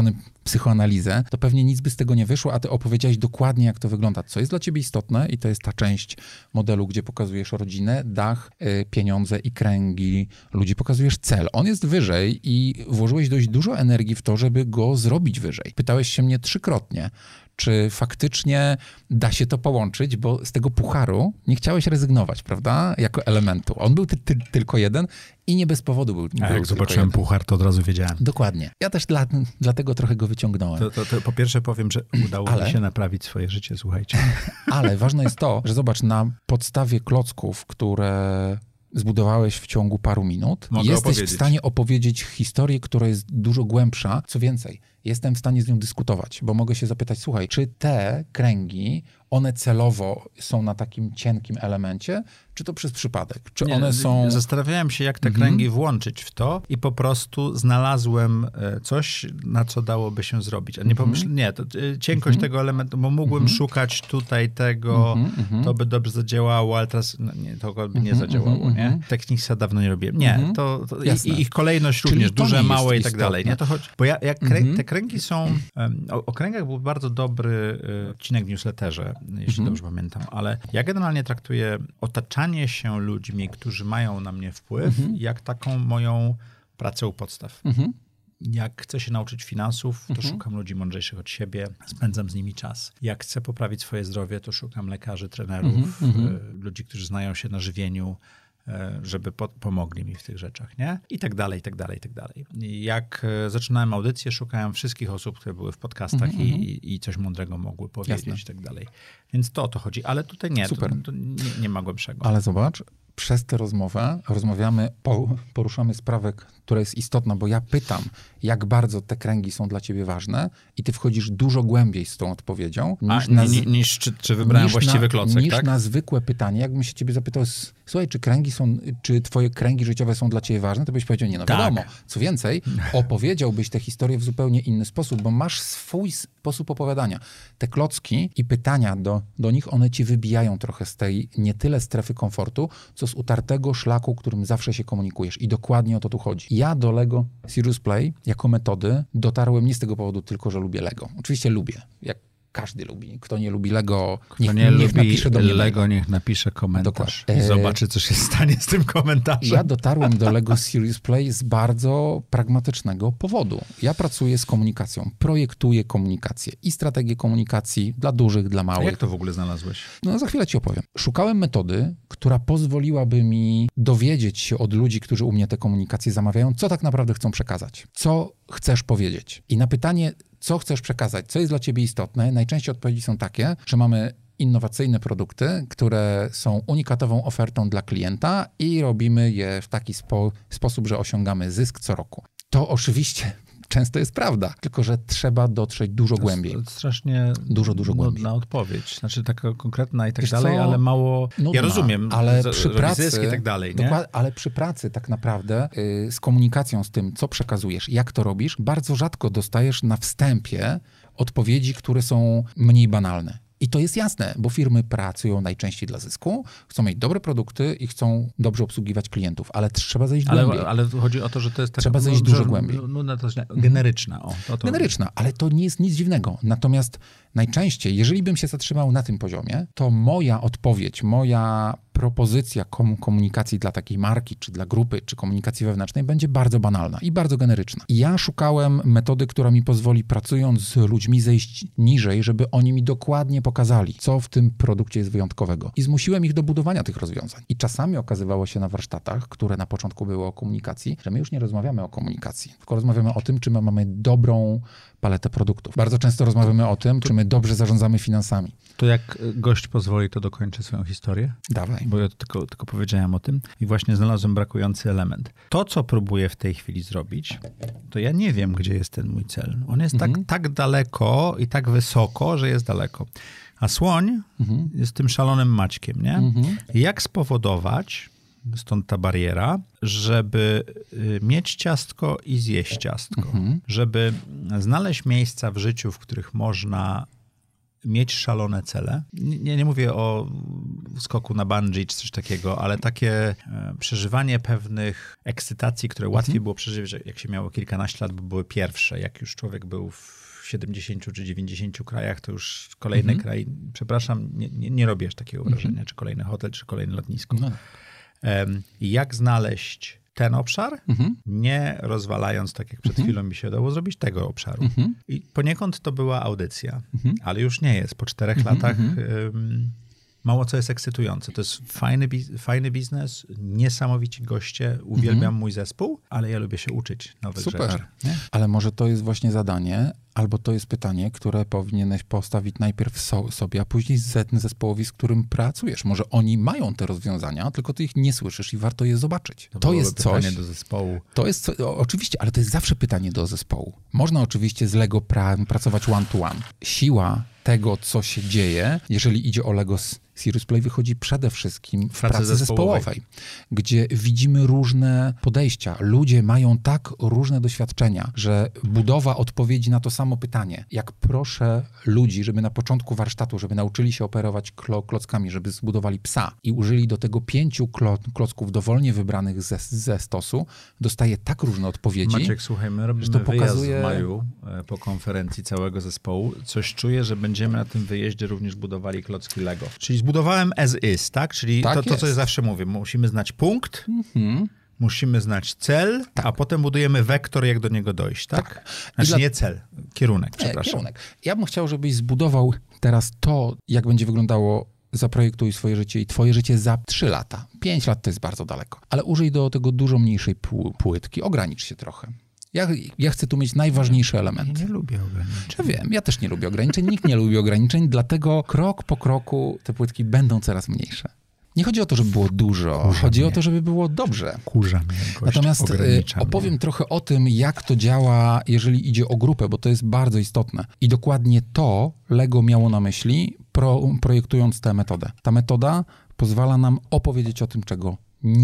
psychoanalizę, to pewnie nic by z tego nie wyszło, a ty opowiedziałeś dokładnie, jak to wygląda, co jest dla ciebie istotne i to jest ta część modelu, gdzie pokazujesz rodzinę, dach, pieniądze i kręgi ludzi, pokazujesz cel. On jest wyżej i włożyłeś dość dużo energii w to, żeby go zrobić wyżej. Pytałeś się mnie 3-krotnie, czy faktycznie da się to połączyć, bo z tego pucharu nie chciałeś rezygnować, prawda, jako elementu. On był tylko jeden i nie bez powodu był. A jak zobaczyłem puchar, to od razu wiedziałem. Dokładnie. Ja też dlatego trochę go wyciągnąłem. To po pierwsze powiem, że udało mi się naprawić swoje życie, słuchajcie. Ale ważne jest to, że zobacz, na podstawie klocków, które zbudowałeś w ciągu paru minut, jesteś w stanie opowiedzieć historię, która jest dużo głębsza. Co więcej, jestem w stanie z nią dyskutować, bo mogę się zapytać, słuchaj, czy te kręgi, one celowo są na takim cienkim elemencie, czy to przez przypadek? Czy one są... Zastanawiałem się, jak te kręgi włączyć w to i po prostu znalazłem coś, na co dałoby się zrobić. A nie pomyślałem, to cienkość tego elementu, bo mógłbym szukać tutaj tego, to by dobrze zadziałało, ale teraz to by nie zadziałało, nie? Technika dawno nie robiłem. Nie, i ich kolejność również, duże, małe i tak dalej. Nie? To chodzi, bo te kręgi są... O kręgach był bardzo dobry odcinek w newsletterze, jeśli dobrze pamiętam, ale ja generalnie traktuję otaczanie się ludźmi, którzy mają na mnie wpływ, jak taką moją pracę u podstaw. Jak chcę się nauczyć finansów, to szukam ludzi mądrzejszych od siebie, spędzam z nimi czas. Jak chcę poprawić swoje zdrowie, to szukam lekarzy, trenerów, ludzi, którzy znają się na żywieniu, żeby pomogli mi w tych rzeczach, nie? I tak dalej, i tak dalej, i tak dalej. Jak zaczynałem audycję, szukałem wszystkich osób, które były w podcastach i coś mądrego mogły powiedzieć i tak dalej. Więc to o to chodzi. Ale tutaj nie, to nie ma głębszego. Ale zobacz, przez tę rozmowę rozmawiamy, poruszamy sprawę, która jest istotna, bo ja pytam, jak bardzo te kręgi są dla ciebie ważne i ty wchodzisz dużo głębiej z tą odpowiedzią. Niż czy wybrałem właściwy klocek, niż tak? na zwykłe pytanie. Jakbym się ciebie zapytał, słuchaj, czy twoje kręgi życiowe są dla ciebie ważne, to byś powiedział, nie, no wiadomo. Co więcej, opowiedziałbyś tę historię w zupełnie inny sposób, bo masz swój sposób opowiadania. Te klocki i pytania do nich, one ci wybijają trochę z tej nie tyle strefy komfortu, co z utartego szlaku, którym zawsze się komunikujesz. I dokładnie o to tu chodzi. Ja do Lego Serious Play jako metody dotarłem nie z tego powodu tylko, że lubię Lego. Oczywiście lubię, jak każdy lubi. Kto nie lubi Lego, niech napisze do mnie Lego, niech napisze komentarz i zobaczy, co się stanie z tym komentarzem. Ja dotarłem do Lego Serious Play z bardzo pragmatycznego powodu. Ja pracuję z komunikacją, projektuję komunikację i strategię komunikacji dla dużych, dla małych. A jak to w ogóle znalazłeś? No za chwilę ci opowiem. Szukałem metody, która pozwoliłaby mi dowiedzieć się od ludzi, którzy u mnie te komunikacje zamawiają, co tak naprawdę chcą przekazać. Co chcesz powiedzieć. I na pytanie, co chcesz przekazać, co jest dla ciebie istotne, najczęściej odpowiedzi są takie, że mamy innowacyjne produkty, które są unikatową ofertą dla klienta i robimy je w taki sposób, że osiągamy zysk co roku. To oczywiście często jest prawda, tylko że trzeba dotrzeć dużo głębiej. To strasznie dużo głębiej. Nudna odpowiedź. Znaczy taka konkretna i tak dalej, ale mało... Nudna, ja rozumiem, ale przy pracy zysk i tak dalej, nie? Ale przy pracy tak naprawdę z komunikacją, z tym, co przekazujesz, jak to robisz, bardzo rzadko dostajesz na wstępie odpowiedzi, które są mniej banalne. I to jest jasne, bo firmy pracują najczęściej dla zysku, chcą mieć dobre produkty i chcą dobrze obsługiwać klientów, ale trzeba zejść głębiej. Ale chodzi o to, że to jest taka... Trzeba zejść dużo głębiej. Generyczna. Generyczna, ale to nie jest nic dziwnego. Natomiast najczęściej, jeżeli bym się zatrzymał na tym poziomie, to moja odpowiedź, moja propozycja komunikacji dla takiej marki, czy dla grupy, czy komunikacji wewnętrznej będzie bardzo banalna i bardzo generyczna. I ja szukałem metody, która mi pozwoli, pracując z ludźmi, zejść niżej, żeby oni mi dokładnie pokazali, co w tym produkcie jest wyjątkowego. I zmusiłem ich do budowania tych rozwiązań. I czasami okazywało się na warsztatach, które na początku były o komunikacji, że my już nie rozmawiamy o komunikacji, tylko rozmawiamy o tym, czy my mamy dobrą paletę produktów. Bardzo często rozmawiamy o tym, czy my dobrze zarządzamy finansami. To jak gość pozwoli, to dokończę swoją historię. Dawaj. Bo ja tylko powiedziałem o tym i właśnie znalazłem brakujący element. To, co próbuję w tej chwili zrobić, to ja nie wiem, gdzie jest ten mój cel. On jest tak daleko i tak wysoko, że jest daleko. A słoń jest tym szalonym Maćkiem, nie? Jak spowodować, stąd ta bariera, żeby mieć ciastko i zjeść ciastko. Żeby znaleźć miejsca w życiu, w których można mieć szalone cele. Nie mówię o skoku na bungee czy coś takiego, ale takie przeżywanie pewnych ekscytacji, które łatwiej było przeżywać, jak się miało kilkanaście lat, bo były pierwsze. Jak już człowiek był w w 70 czy 90 krajach, to już kolejny kraj, przepraszam, nie robię aż takiego wrażenia, czy kolejny hotel, czy kolejne lotnisko. No. Jak znaleźć ten obszar, nie rozwalając, tak jak przed chwilą mi się udało zrobić, tego obszaru. I poniekąd to była audycja, ale już nie jest. Po 4 latach mało co jest ekscytujące. To jest fajny biznes, niesamowici goście, uwielbiam mój zespół, ale ja lubię się uczyć nowych rzeczy. Nie? Ale może to jest właśnie zadanie, albo to jest pytanie, które powinieneś postawić najpierw sobie, a później zespołowi, z którym pracujesz. Może oni mają te rozwiązania, tylko ty ich nie słyszysz i warto je zobaczyć. To jest coś... pytanie do zespołu. To jest oczywiście, ale to jest zawsze pytanie do zespołu. Można oczywiście z Lego pracować one-to-one. Siła tego, co się dzieje, jeżeli idzie o Lego Serious Play, wychodzi przede wszystkim w pracy zespołowej, gdzie widzimy różne podejścia. Ludzie mają tak różne doświadczenia, że budowa odpowiedzi na to samo pytanie, jak proszę ludzi, żeby na początku warsztatu, żeby nauczyli się operować klockami, żeby zbudowali psa i użyli do tego 5 klocków dowolnie wybranych ze stosu, dostaje tak różne odpowiedzi. Maciek, słuchaj, my robimy wyjazd w maju po konferencji całego zespołu. Coś czuję, że będziemy na tym wyjeździe również budowali klocki Lego. Czyli zbudowałem as is, tak? Czyli tak to, co ja zawsze mówię. Musimy znać punkt, musimy znać cel, a potem budujemy wektor, jak do niego dojść, tak? Znaczy nie cel, kierunek, przepraszam. Kierunek. Ja bym chciał, żebyś zbudował teraz to, jak będzie wyglądało zaprojektuj swoje życie i twoje życie za 3 lata. 5 lat to jest bardzo daleko. Ale użyj do tego dużo mniejszej płytki. Ogranicz się trochę. Ja chcę tu mieć najważniejsze elementy. Ja nie lubię ograniczeń. Ja wiem, ja też nie lubię ograniczeń, nikt nie lubi ograniczeń, dlatego krok po kroku te płytki będą coraz mniejsze. Nie chodzi o to, żeby było dużo, chodzi o to, żeby było dobrze. Kurza mnie gość. Natomiast opowiem trochę o tym, jak to działa, jeżeli idzie o grupę, bo to jest bardzo istotne. I dokładnie to Lego miało na myśli, projektując tę metodę. Ta metoda pozwala nam opowiedzieć o tym, czego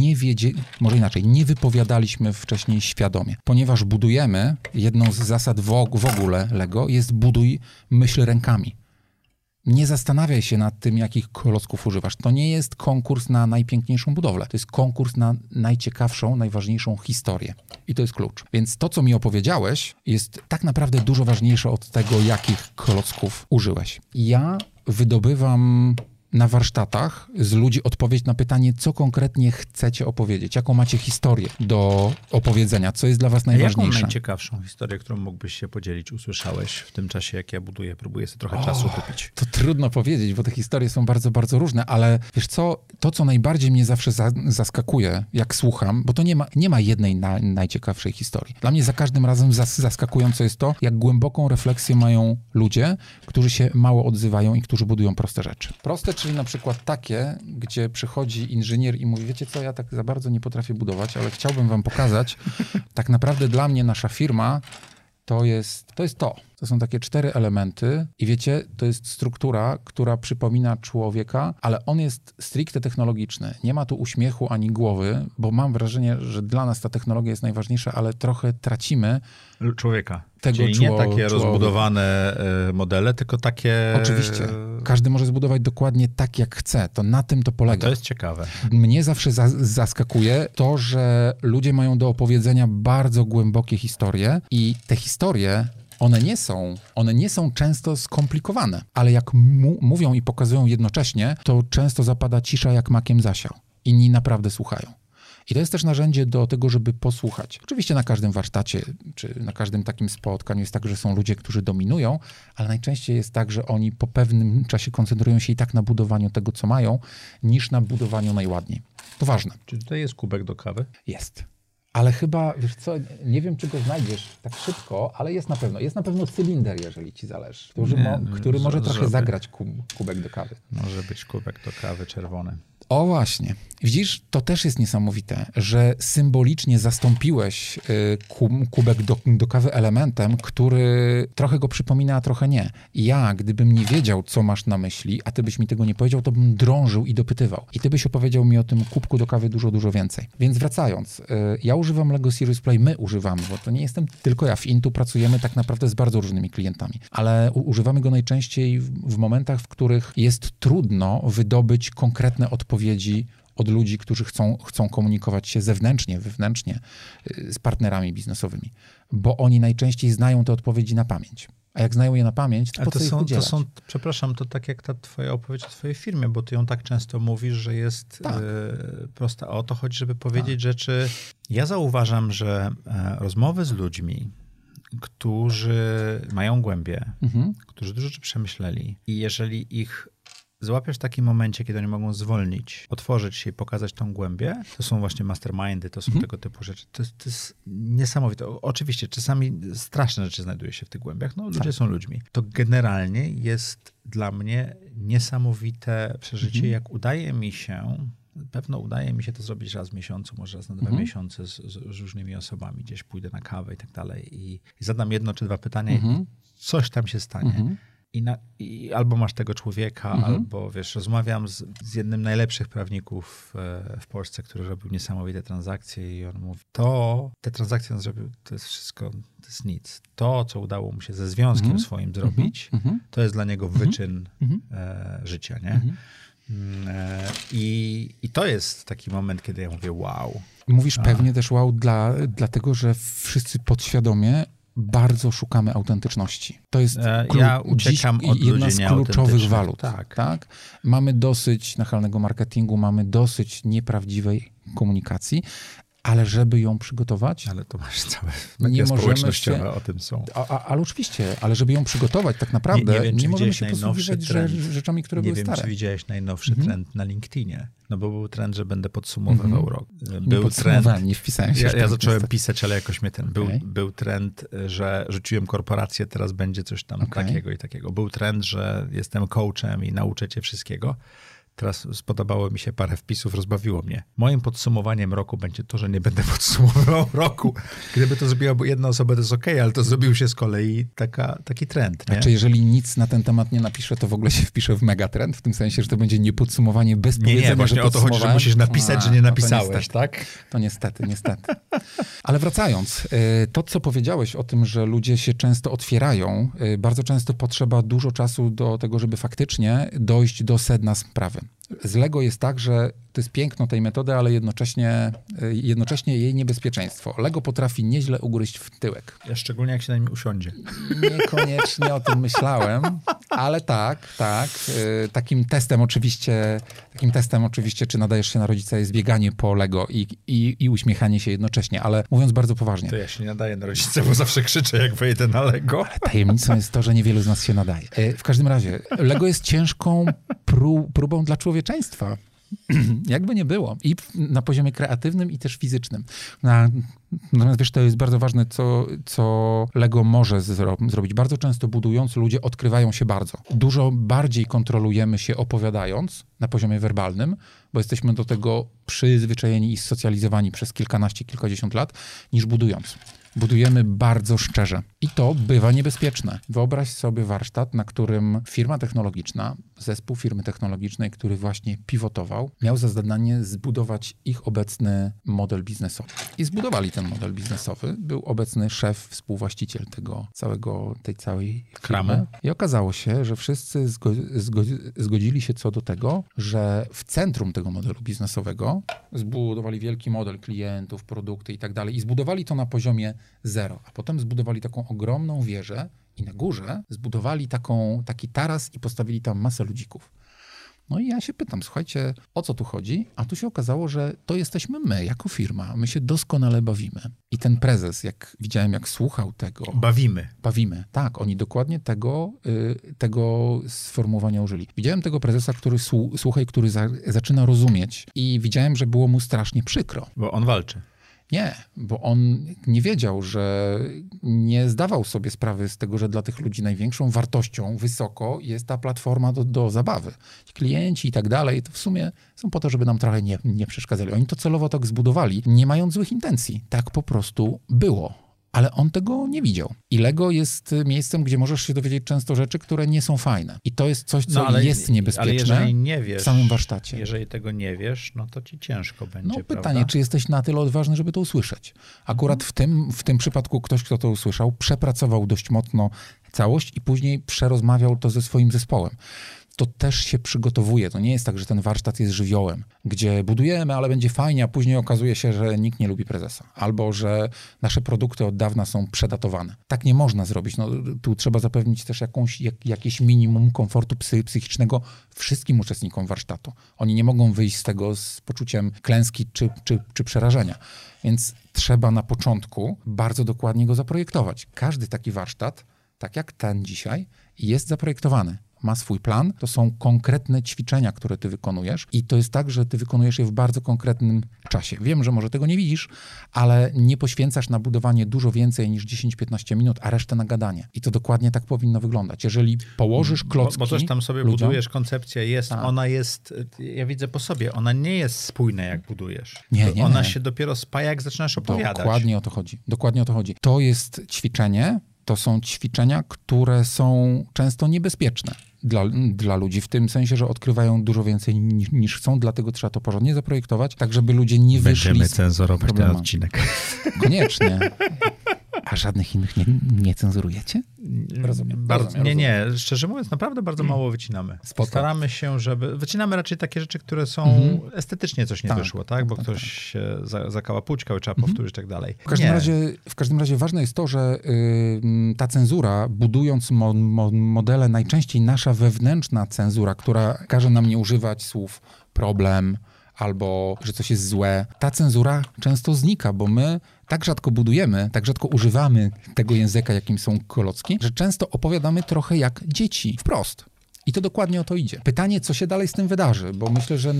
może inaczej, nie wypowiadaliśmy wcześniej świadomie. Ponieważ budujemy, jedną z zasad w ogóle Lego jest buduj myśl rękami. Nie zastanawiaj się nad tym, jakich klocków używasz. To nie jest konkurs na najpiękniejszą budowlę. To jest konkurs na najciekawszą, najważniejszą historię. I to jest klucz. Więc to, co mi opowiedziałeś, jest tak naprawdę dużo ważniejsze od tego, jakich klocków użyłeś. Ja wydobywam na warsztatach z ludzi odpowiedź na pytanie, co konkretnie chcecie opowiedzieć, jaką macie historię do opowiedzenia, co jest dla was najważniejsze. Jaką najciekawszą historię, którą mógłbyś się podzielić, usłyszałeś w tym czasie, jak ja buduję? Próbuję sobie trochę czasu kupić. To trudno powiedzieć, bo te historie są bardzo, bardzo różne, ale wiesz co, to, co najbardziej mnie zawsze zaskakuje, jak słucham, bo to nie ma jednej najciekawszej historii. Dla mnie za każdym razem zaskakujące jest to, jak głęboką refleksję mają ludzie, którzy się mało odzywają i którzy budują proste rzeczy. Proste, czyli na przykład takie, gdzie przychodzi inżynier i mówi, wiecie co, ja tak za bardzo nie potrafię budować, ale chciałbym wam pokazać, tak naprawdę dla mnie nasza firma to jest to. To są takie 4 elementy i wiecie, to jest struktura, która przypomina człowieka, ale on jest stricte technologiczny. Nie ma tu uśmiechu ani głowy, bo mam wrażenie, że dla nas ta technologia jest najważniejsza, ale trochę tracimy człowieka. Czyli nie takie rozbudowane modele, tylko takie... Oczywiście. Każdy może zbudować dokładnie tak, jak chce. To na tym to polega. To jest ciekawe. Mnie zawsze zaskakuje to, że ludzie mają do opowiedzenia bardzo głębokie historie i te historie one nie są często skomplikowane, ale jak mówią i pokazują jednocześnie, to często zapada cisza jak makiem zasiał. Inni naprawdę słuchają. I to jest też narzędzie do tego, żeby posłuchać. Oczywiście na każdym warsztacie, czy na każdym takim spotkaniu jest tak, że są ludzie, którzy dominują, ale najczęściej jest tak, że oni po pewnym czasie koncentrują się i tak na budowaniu tego, co mają, niż na budowaniu najładniej. To ważne. Czy tutaj jest kubek do kawy? Jest. Ale chyba, wiesz co, nie wiem, czy go znajdziesz tak szybko, ale jest na pewno cylinder, jeżeli ci zależy, który może trochę zagrać kubek do kawy. Może być kubek do kawy czerwony. O właśnie. Widzisz, to też jest niesamowite, że symbolicznie zastąpiłeś kubek do kawy elementem, który trochę go przypomina, a trochę nie. Ja, gdybym nie wiedział, co masz na myśli, a ty byś mi tego nie powiedział, to bym drążył i dopytywał. I ty byś opowiedział mi o tym kubku do kawy dużo, dużo więcej. Więc wracając, ja używam Lego Serious Play, my używamy, bo to nie jestem tylko ja. W Intu pracujemy tak naprawdę z bardzo różnymi klientami, ale używamy go najczęściej w momentach, w których jest trudno wydobyć konkretne odpowiedzi od ludzi, którzy chcą komunikować się zewnętrznie, wewnętrznie z partnerami biznesowymi, bo oni najczęściej znają te odpowiedzi na pamięć. A jak znają je na pamięć, to po co ich udzielać? Przepraszam, to tak jak ta twoja opowieść o twojej firmie, bo ty ją tak często mówisz, że jest prosta. O to chodzi, żeby powiedzieć rzeczy. Ja zauważam, że rozmowy z ludźmi, którzy mają głębię, którzy dużo rzeczy przemyśleli i jeżeli ich złapiesz w takim momencie, kiedy oni mogą zwolnić, otworzyć się i pokazać tą głębię, to są właśnie mastermindy, to są tego typu rzeczy. To jest niesamowite. Oczywiście czasami straszne rzeczy znajduje się w tych głębiach. No, ludzie są ludźmi. To generalnie jest dla mnie niesamowite przeżycie, jak udaje mi się to zrobić raz w miesiącu, może raz na 2 miesiące z różnymi osobami. Gdzieś pójdę na kawę i tak dalej i zadam 1 czy 2 pytania i coś tam się stanie. I albo masz tego człowieka, albo wiesz, rozmawiam z jednym z najlepszych prawników w Polsce, który robił niesamowite transakcje i on mówi, te transakcje on zrobił, to jest wszystko, to jest nic. To, co udało mu się ze związkiem swoim zrobić, to jest dla niego wyczyn życia, nie? I to jest taki moment, kiedy ja mówię wow. Mówisz pewnie też wow dlatego, że wszyscy podświadomie bardzo szukamy autentyczności. To jest ja uciekam od jedna z kluczowych walut. Tak. Mamy dosyć nachalnego marketingu, mamy dosyć nieprawdziwej komunikacji, ale żeby ją przygotować... Ale to masz całe media społecznościowe o tym są. Ale oczywiście, ale żeby ją przygotować tak naprawdę nie możemy się posługiwać rzeczami, które były stare. Nie wiem, czy widziałeś najnowszy trend na LinkedInie. No bo był trend, że będę podsumowywał rok. Był trend, nie wpisałem się. Ja zacząłem pisać, ale jakoś mnie był trend, że rzuciłem korporację, teraz będzie coś tam takiego i takiego. Był trend, że jestem coachem i nauczę cię wszystkiego. Teraz spodobało mi się parę wpisów, rozbawiło mnie. Moim podsumowaniem roku będzie to, że nie będę podsumowywał roku. Gdyby to zrobiła jedna osoba, to jest okej, ale to zrobił się z kolei taki trend. Nie? Znaczy, jeżeli nic na ten temat nie napiszę, to w ogóle się wpisze w megatrend, w tym sensie, że to będzie niepodsumowanie bez powiedzenia, Nie, właśnie o to chodzi, że musisz napisać, że nie napisałeś, tak? To niestety. Ale wracając, to co powiedziałeś o tym, że ludzie się często otwierają, bardzo często potrzeba dużo czasu do tego, żeby faktycznie dojść do sedna sprawy. Z Lego jest tak, że to jest piękno tej metody, ale jednocześnie jej niebezpieczeństwo. Lego potrafi nieźle ugryźć w tyłek. Ja szczególnie jak się na nim usiądzie. Niekoniecznie o tym myślałem, ale tak. Takim testem oczywiście, czy nadajesz się na rodzica, jest bieganie po Lego i uśmiechanie się jednocześnie, ale mówiąc bardzo poważnie. To ja się nie nadaję na rodzica, bo zawsze krzyczę, jak wejdę na Lego. Ale tajemnicą jest to, że niewielu z nas się nadaje. W każdym razie, Lego jest ciężką próbą dla człowieczeństwa. Jakby nie było. I na poziomie kreatywnym, i też fizycznym. Natomiast wiesz, to jest bardzo ważne, co Lego może zrobić. Bardzo często budując, ludzie odkrywają się bardzo. Dużo bardziej kontrolujemy się opowiadając na poziomie werbalnym, bo jesteśmy do tego przyzwyczajeni i socjalizowani przez kilkadziesiąt lat, niż budując. Budujemy bardzo szczerze. I to bywa niebezpieczne. Wyobraź sobie warsztat, na którym firma technologiczna, zespół firmy technologicznej, który właśnie pivotował, miał za zadanie zbudować ich obecny model biznesowy. I zbudowali ten model biznesowy. Był obecny szef, współwłaściciel tej całej firmy. I okazało się, że wszyscy zgodzili się co do tego, że w centrum tego modelu biznesowego zbudowali wielki model klientów, produkty i tak dalej. I zbudowali to na poziomie 0. A potem zbudowali taką ogromną wieżę i na górze zbudowali taki taras i postawili tam masę ludzików. No i ja się pytam, słuchajcie, o co tu chodzi? A tu się okazało, że to jesteśmy my jako firma. My się doskonale bawimy. I ten prezes, jak widziałem, jak słuchał tego... Bawimy. Tak, oni dokładnie tego sformułowania użyli. Widziałem tego prezesa, który zaczyna rozumieć i widziałem, że było mu strasznie przykro. Bo on walczy. Nie, bo on nie wiedział, że nie zdawał sobie sprawy z tego, że dla tych ludzi największą wartością wysoko jest ta platforma do zabawy. Ci klienci i tak dalej, to w sumie są po to, żeby nam trochę nie przeszkadzali. Oni to celowo tak zbudowali, nie mając złych intencji. Tak po prostu było. Ale on tego nie widział. I Lego jest miejscem, gdzie możesz się dowiedzieć często rzeczy, które nie są fajne. I to jest coś, co jest niebezpieczne w samym warsztacie. Jeżeli tego nie wiesz, no to ci ciężko będzie, No pytanie, czy jesteś na tyle odważny, żeby to usłyszeć? Akurat w tym przypadku ktoś, kto to usłyszał, przepracował dość mocno całość i później przerozmawiał to ze swoim zespołem. to też się przygotowuje. To nie jest tak, że ten warsztat jest żywiołem, gdzie budujemy, ale będzie fajnie, a później okazuje się, że nikt nie lubi prezesa. Albo, że nasze produkty od dawna są przedatowane. Tak nie można zrobić. No, tu trzeba zapewnić też jakieś minimum komfortu psychicznego wszystkim uczestnikom warsztatu. Oni nie mogą wyjść z tego z poczuciem klęski czy przerażenia. Więc trzeba na początku bardzo dokładnie go zaprojektować. Każdy taki warsztat, tak jak ten dzisiaj, jest zaprojektowany. Ma swój plan, to są konkretne ćwiczenia, które ty wykonujesz i to jest tak, że ty wykonujesz je w bardzo konkretnym czasie. Wiem, że może tego nie widzisz, ale nie poświęcasz na budowanie dużo więcej niż 10-15 minut, a resztę na gadanie. I to dokładnie tak powinno wyglądać. Jeżeli położysz klocki... Bo coś tam sobie budujesz, koncepcja jest, tak. Ona jest, ja widzę po sobie, ona nie jest spójna, jak budujesz. Nie. Ona się dopiero spaja, jak zaczynasz opowiadać. Dokładnie o to chodzi. To jest ćwiczenie, to są ćwiczenia, które są często niebezpieczne dla ludzi, w tym sensie, że odkrywają dużo więcej niż chcą, dlatego trzeba to porządnie zaprojektować, tak żeby ludzie nie wyszli Będziemy cenzurować ten odcinek. Koniecznie. A żadnych innych nie cenzurujecie? Rozumiem. Nie. Szczerze mówiąc, naprawdę bardzo mało wycinamy. Staramy się, żeby... Wycinamy raczej takie rzeczy, które są... Estetycznie coś nie wyszło, tak? Bo ktoś się zakałapućkał i trzeba powtórzyć i tak dalej. W każdym razie ważne jest to, że ta cenzura, budując modele, najczęściej nasza wewnętrzna cenzura, która każe nam nie używać słów problem, albo że coś jest złe. Ta cenzura często znika, bo my tak rzadko budujemy, tak rzadko używamy tego języka, jakim są klocki, że często opowiadamy trochę jak dzieci, wprost. I to dokładnie o to idzie. Pytanie, co się dalej z tym wydarzy, bo myślę, że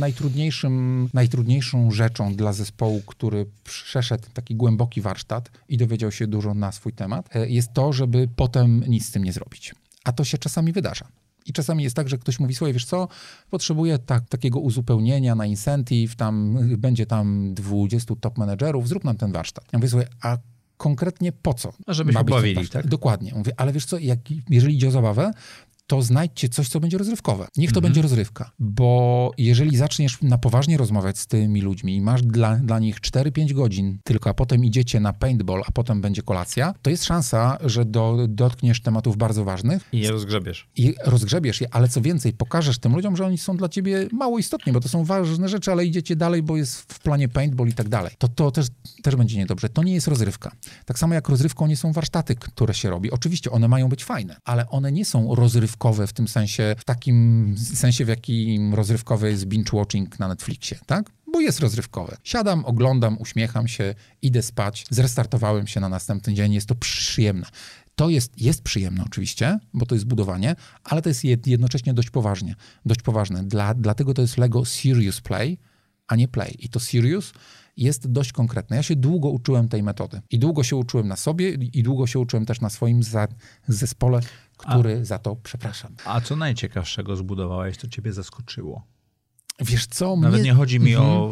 najtrudniejszą rzeczą dla zespołu, który przeszedł taki głęboki warsztat i dowiedział się dużo na swój temat, jest to, żeby potem nic z tym nie zrobić. A to się czasami wydarza. I czasami jest tak, że ktoś mówi, słuchaj, wiesz co, potrzebuję takiego uzupełnienia na incentive, będzie tam 20 top menedżerów, zrób nam ten warsztat. Ja mówię, słuchaj, a konkretnie po co? Żebyśmy bawili, tak? Dokładnie. Mówię, ale wiesz co, jeżeli idzie o zabawę, to znajdźcie coś, co będzie rozrywkowe. Niech to będzie rozrywka. Bo jeżeli zaczniesz na poważnie rozmawiać z tymi ludźmi i masz dla nich 4-5 godzin tylko, a potem idziecie na paintball, a potem będzie kolacja, to jest szansa, że dotkniesz tematów bardzo ważnych. I je rozgrzebiesz. I rozgrzebiesz je, ale co więcej, pokażesz tym ludziom, że oni są dla ciebie mało istotni, bo to są ważne rzeczy, ale idziecie dalej, bo jest w planie paintball i tak dalej. To też będzie niedobrze. To nie jest rozrywka. Tak samo jak rozrywką nie są warsztaty, które się robi. Oczywiście one mają być fajne, ale one nie są rozrywkowe w tym sensie, w takim sensie, w jakim rozrywkowy jest binge-watching na Netflixie, tak? Bo jest rozrywkowe. Siadam, oglądam, uśmiecham się, idę spać, zrestartowałem się na następny dzień, jest to przyjemne. To jest przyjemne oczywiście, bo to jest budowanie, ale to jest jednocześnie dość poważne. Dlatego to jest Lego Serious Play, a nie Play. I to Serious jest dość konkretne. Ja się długo uczyłem tej metody. I długo się uczyłem na sobie i długo się uczyłem też na swoim zespole, który za to przepraszam. A co najciekawszego zbudowałeś, co ciebie zaskoczyło? Wiesz co? Nawet nie chodzi mi o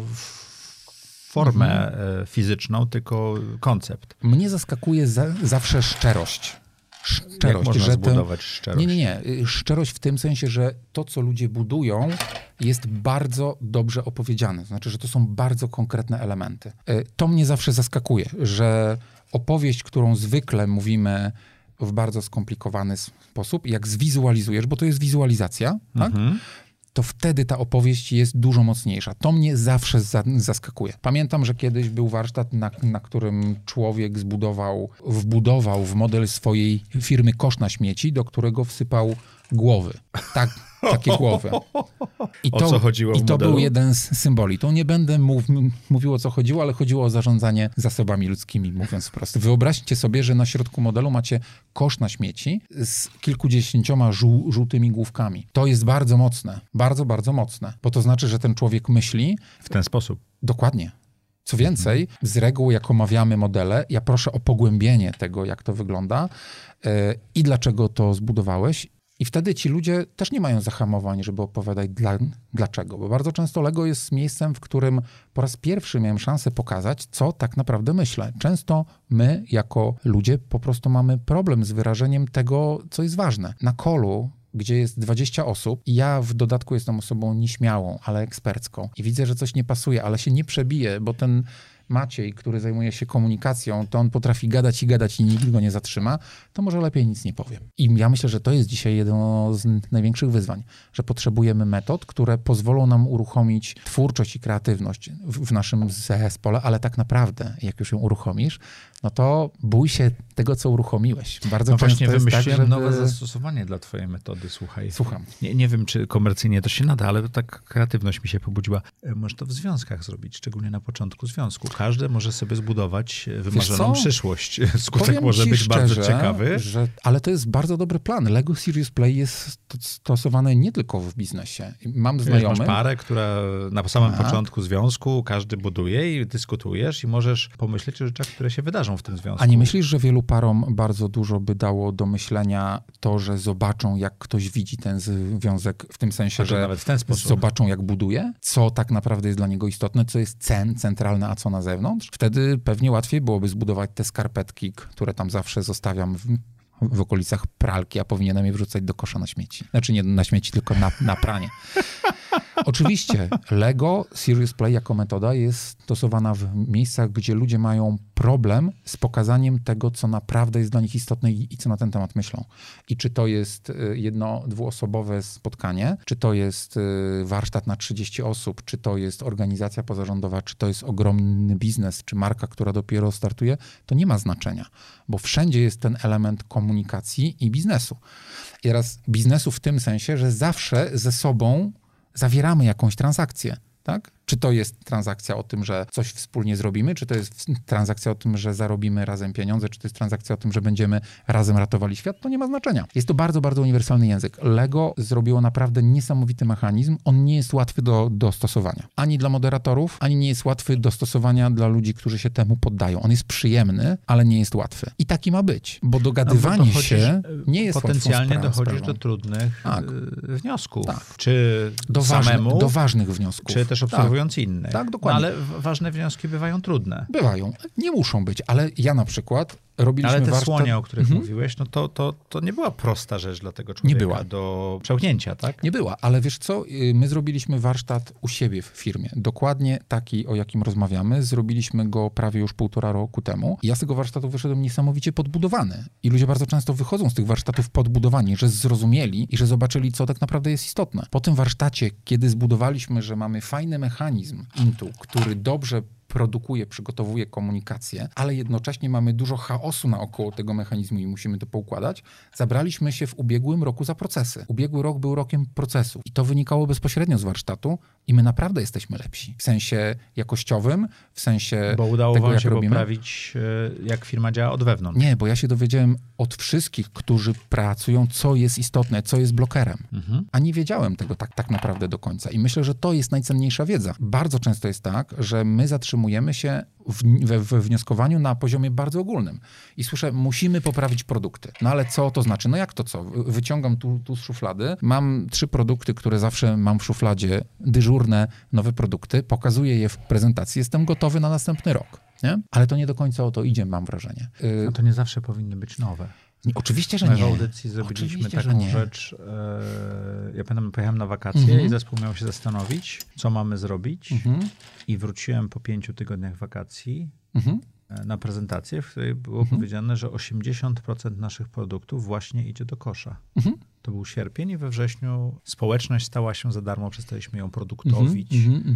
formę fizyczną, tylko koncept. Mnie zaskakuje zawsze szczerość. Jak można zbudować szczerość? Nie. Szczerość w tym sensie, że to, co ludzie budują, jest bardzo dobrze opowiedziane. To znaczy, że to są bardzo konkretne elementy. To mnie zawsze zaskakuje, że opowieść, którą zwykle mówimy w bardzo skomplikowany sposób, jak zwizualizujesz, bo to jest wizualizacja, tak? To wtedy ta opowieść jest dużo mocniejsza. To mnie zawsze zaskakuje. Pamiętam, że kiedyś był warsztat, na którym człowiek wbudował w model swojej firmy kosz na śmieci, do którego wsypał głowy. Takie głowy. O co chodziło w I to modelu? był jeden z symboli. To nie będę mówił, o co chodziło, ale chodziło o zarządzanie zasobami ludzkimi, mówiąc wprost. Wyobraźcie sobie, że na środku modelu macie kosz na śmieci z kilkudziesięcioma żółtymi główkami. To jest bardzo mocne. Bardzo, bardzo mocne. Bo to znaczy, że ten człowiek myśli... W ten sposób. Dokładnie. Co więcej, z reguły jak omawiamy modele, ja proszę o pogłębienie tego, jak to wygląda i dlaczego to zbudowałeś. I wtedy ci ludzie też nie mają zahamowań, żeby opowiadać dlaczego. Bo bardzo często Lego jest miejscem, w którym po raz pierwszy miałem szansę pokazać, co tak naprawdę myślę. Często my, jako ludzie, po prostu mamy problem z wyrażeniem tego, co jest ważne. Na callu, gdzie jest 20 osób i ja w dodatku jestem osobą nieśmiałą, ale ekspercką i widzę, że coś nie pasuje, ale się nie przebiję, bo ten Maciej, który zajmuje się komunikacją, to on potrafi gadać i nikt go nie zatrzyma, to może lepiej nic nie powiem. I ja myślę, że to jest dzisiaj jedno z największych wyzwań, że potrzebujemy metod, które pozwolą nam uruchomić twórczość i kreatywność w naszym zespole, ale tak naprawdę, jak już ją uruchomisz, no to bój się tego, co uruchomiłeś. Bardzo często właśnie jest wymyśliłem tak, nowe zastosowanie dla twojej metody, słuchaj. Słucham. Nie wiem, czy komercyjnie to się nada, ale tak kreatywność mi się pobudziła. Możesz to w związkach zrobić, szczególnie na początku związku. Każdy może sobie zbudować wymarzoną przyszłość. Skutek Powiem może być szczerze, bardzo ciekawy. Ale to jest bardzo dobry plan. Lego Serious Play jest stosowane nie tylko w biznesie. Mam znajomych. Masz parę, która na samym początku związku każdy buduje i dyskutujesz i możesz pomyśleć o rzeczach, które się wydarzą w tym związku. A nie myślisz, że wielu parom bardzo dużo by dało do myślenia to, że zobaczą, jak ktoś widzi ten związek, w tym sensie, że nawet w ten sposób zobaczą, jak buduje, co tak naprawdę jest dla niego istotne, co jest centralne, a co na zewnątrz? Wtedy pewnie łatwiej byłoby zbudować te skarpetki, które tam zawsze zostawiam w okolicach pralki, a powinienem je wrzucać do kosza na śmieci. Znaczy nie na śmieci, tylko na pranie. Oczywiście Lego Serious Play jako metoda jest stosowana w miejscach, gdzie ludzie mają problem z pokazaniem tego, co naprawdę jest dla nich istotne i co na ten temat myślą. I czy to jest dwuosobowe spotkanie, czy to jest warsztat na 30 osób, czy to jest organizacja pozarządowa, czy to jest ogromny biznes, czy marka, która dopiero startuje, to nie ma znaczenia, bo wszędzie jest ten element komunikacji i biznesu. I teraz biznesu w tym sensie, że zawsze ze sobą zawieramy jakąś transakcję, tak? Czy to jest transakcja o tym, że coś wspólnie zrobimy, czy to jest transakcja o tym, że zarobimy razem pieniądze, czy to jest transakcja o tym, że będziemy razem ratowali świat, to nie ma znaczenia. Jest to bardzo, bardzo uniwersalny język. Lego zrobiło naprawdę niesamowity mechanizm. On nie jest łatwy do stosowania. Ani dla moderatorów, ani nie jest łatwy do stosowania dla ludzi, którzy się temu poddają. On jest przyjemny, ale nie jest łatwy. I taki ma być, bo dogadywanie się nie jest potencjalnie dochodzisz sprawą. do trudnych wniosków. Tak. Czy do ważnych wniosków. Czy też obserwując innych. Tak, dokładnie. No, ale ważne wnioski bywają trudne. Bywają. Nie muszą być, ale ja na przykład robiliśmy ale te warsztat... słonie, o których mówiłeś, no to nie była prosta rzecz dla tego człowieka nie była. Do przełknięcia, tak? Nie była, ale wiesz co, my zrobiliśmy warsztat u siebie w firmie. Dokładnie taki, o jakim rozmawiamy. Zrobiliśmy go prawie już 1,5 roku temu. I ja z tego warsztatu wyszedłem niesamowicie podbudowany. I ludzie bardzo często wychodzą z tych warsztatów podbudowani, że zrozumieli i że zobaczyli, co tak naprawdę jest istotne. Po tym warsztacie, kiedy zbudowaliśmy, że mamy fajny mechanizm Intu, który dobrze produkuje, przygotowuje komunikację, ale jednocześnie mamy dużo chaosu naokoło tego mechanizmu i musimy to poukładać, zabraliśmy się w ubiegłym roku za procesy. Ubiegły rok był rokiem procesu i to wynikało bezpośrednio z warsztatu i my naprawdę jesteśmy lepsi. W sensie jakościowym, w sensie bo udało tego, wam jak się robimy. poprawić, jak firma działa od wewnątrz. Nie, bo ja się dowiedziałem od wszystkich, którzy pracują, co jest istotne, co jest blokerem. A nie wiedziałem tego tak naprawdę do końca. I myślę, że to jest najcenniejsza wiedza. Bardzo często jest tak, że my zatrzymujemy się we wnioskowaniu na poziomie bardzo ogólnym. I słyszę, musimy poprawić produkty. No ale co to znaczy? No jak to co? Wyciągam tu z szuflady. Mam 3 produkty, które zawsze mam w szufladzie, dyżurne, nowe produkty. Pokazuję je w prezentacji. Jestem gotowy na następny rok. Nie? Ale to nie do końca o to idzie, mam wrażenie. No to nie zawsze powinny być nowe. Nie, oczywiście, że nie. W audycji zrobiliśmy taką rzecz. Ja pamiętam, pojechałem na wakacje i zespół miał się zastanowić, co mamy zrobić. I wróciłem po 5 tygodniach wakacji na prezentację, w której było powiedziane, że 80% naszych produktów właśnie idzie do kosza. To był sierpień i we wrześniu społeczność stała się za darmo, przestaliśmy ją produktowić.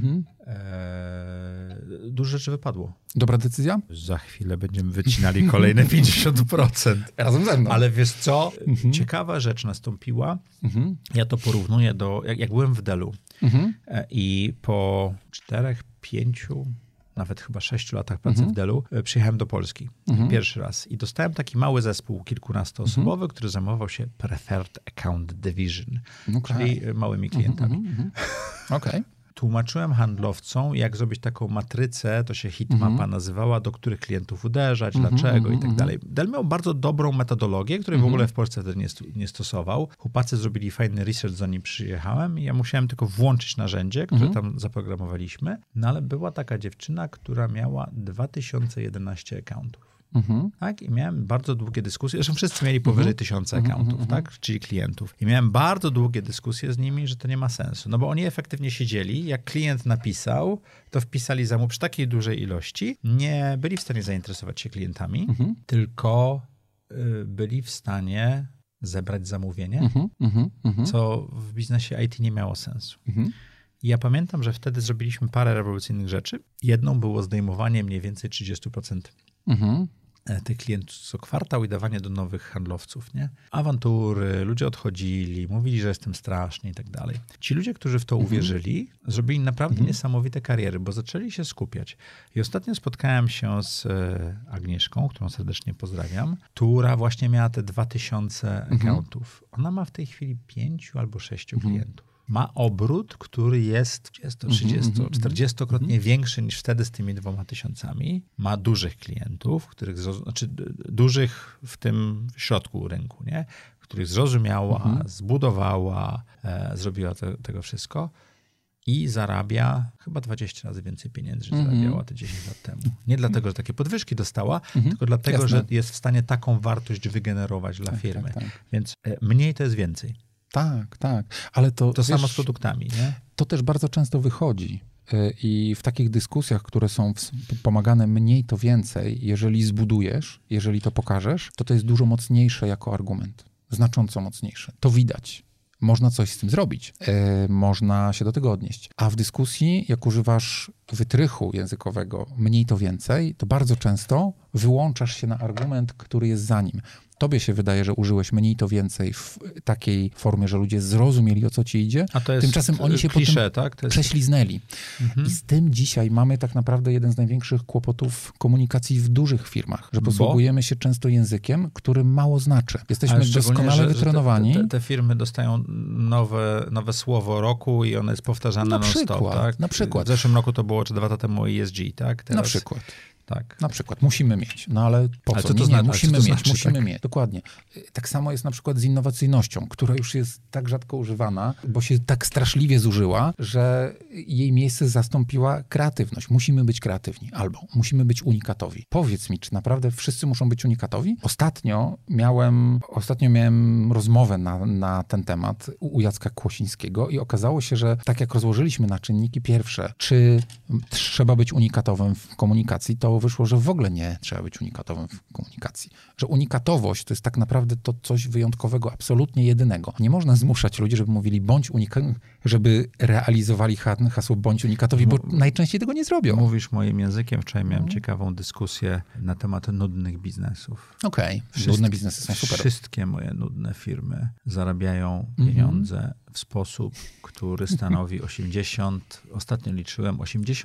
Dużo rzeczy wypadło. Dobra decyzja? Za chwilę będziemy wycinali kolejne 50%. Razem ze mną. Ale wiesz co? Ciekawa rzecz nastąpiła. Ja to porównuję do... Jak byłem w Dellu i po 4, 5... nawet chyba 6 latach pracy w Dellu, przyjechałem do Polski pierwszy raz i dostałem taki mały zespół kilkunastoosobowy, który zajmował się Preferred Account Division, czyli małymi klientami. Okej. Tłumaczyłem handlowcom, jak zrobić taką matrycę, to się hitmapa nazywała, do których klientów uderzać, dlaczego i tak dalej. Dell miał bardzo dobrą metodologię, której w ogóle w Polsce wtedy nie stosował. Chłopacy zrobili fajny research, zanim przyjechałem i ja musiałem tylko włączyć narzędzie, które tam zaprogramowaliśmy. No ale była taka dziewczyna, która miała 2011 accountów. Tak? I miałem bardzo długie dyskusje. Zresztą wszyscy mieli powyżej 1000 accountów, tak? Czyli klientów. I miałem bardzo długie dyskusje z nimi, że to nie ma sensu. No bo oni efektywnie siedzieli, jak klient napisał, to wpisali zamówienie przy takiej dużej ilości. Nie byli w stanie zainteresować się klientami, tylko byli w stanie zebrać zamówienie, co w biznesie IT nie miało sensu. I ja pamiętam, że wtedy zrobiliśmy parę rewolucyjnych rzeczy. Jedną było zdejmowanie mniej więcej 30% tych klientów co kwartał i dawanie do nowych handlowców, nie? Awantury, ludzie odchodzili, mówili, że jestem straszny i tak dalej. Ci ludzie, którzy w to uwierzyli, zrobili naprawdę niesamowite kariery, bo zaczęli się skupiać. I ostatnio spotkałem się z Agnieszką, którą serdecznie pozdrawiam, która właśnie miała te 2000 accountów. Ona ma w tej chwili 5 albo 6 klientów. Ma obrót, który jest 30, 40-krotnie większy niż wtedy z tymi 2000. Ma dużych klientów, dużych w tym środku rynku, nie? Których zrozumiała, zbudowała, zrobiła tego wszystko i zarabia chyba 20 razy więcej pieniędzy, niż zarabiała te 10 lat temu. Nie dlatego, że takie podwyżki dostała, tylko dlatego, że jest w stanie taką wartość wygenerować dla firmy. Tak. Więc mniej to jest więcej. Tak. Ale to wiesz, samo z produktami, nie? To też bardzo często wychodzi. I w takich dyskusjach, które są pomagane mniej to więcej, jeżeli zbudujesz, jeżeli to pokażesz, to jest dużo mocniejsze jako argument. Znacząco mocniejsze. To widać. Można coś z tym zrobić. Można się do tego odnieść. A w dyskusji, jak używasz wytrychu językowego mniej to więcej, to bardzo często wyłączasz się na argument, który jest za nim. Tobie się wydaje, że użyłeś mniej to więcej w takiej formie, że ludzie zrozumieli, o co ci idzie. A to jest tymczasem oni się klisze, potem tak? prześliznęli. I z tym dzisiaj mamy tak naprawdę jeden z największych kłopotów komunikacji w dużych firmach, że posługujemy się często językiem, który mało znaczy. Jesteśmy doskonale wytrenowani. Te firmy dostają nowe słowo roku i ono jest powtarzane non-stop, tak? Na przykład. W zeszłym roku to było, czy 2 lata temu ESG, tak? Na przykład. Tak. Na przykład. Musimy mieć. No ale po co? Musimy mieć. Dokładnie. Tak samo jest na przykład z innowacyjnością, która już jest tak rzadko używana, bo się tak straszliwie zużyła, że jej miejsce zastąpiła kreatywność. Musimy być kreatywni albo musimy być unikatowi. Powiedz mi, czy naprawdę wszyscy muszą być unikatowi? Ostatnio miałem rozmowę na ten temat u Jacka Kłosińskiego i okazało się, że tak jak rozłożyliśmy na czynniki pierwsze, czy trzeba być unikatowym w komunikacji, to wyszło, że w ogóle nie trzeba być unikatowym w komunikacji. Że unikatowość to jest tak naprawdę to coś wyjątkowego, absolutnie jedynego. Nie można zmuszać ludzi, żeby mówili żeby realizowali hasło bądź unikatowi, bo najczęściej tego nie zrobią. Mówisz moim językiem. Wczoraj miałem ciekawą dyskusję na temat nudnych biznesów. Okej. Nudne biznesy są super. Wszystkie moje nudne firmy zarabiają pieniądze w sposób, który stanowi ostatnio liczyłem,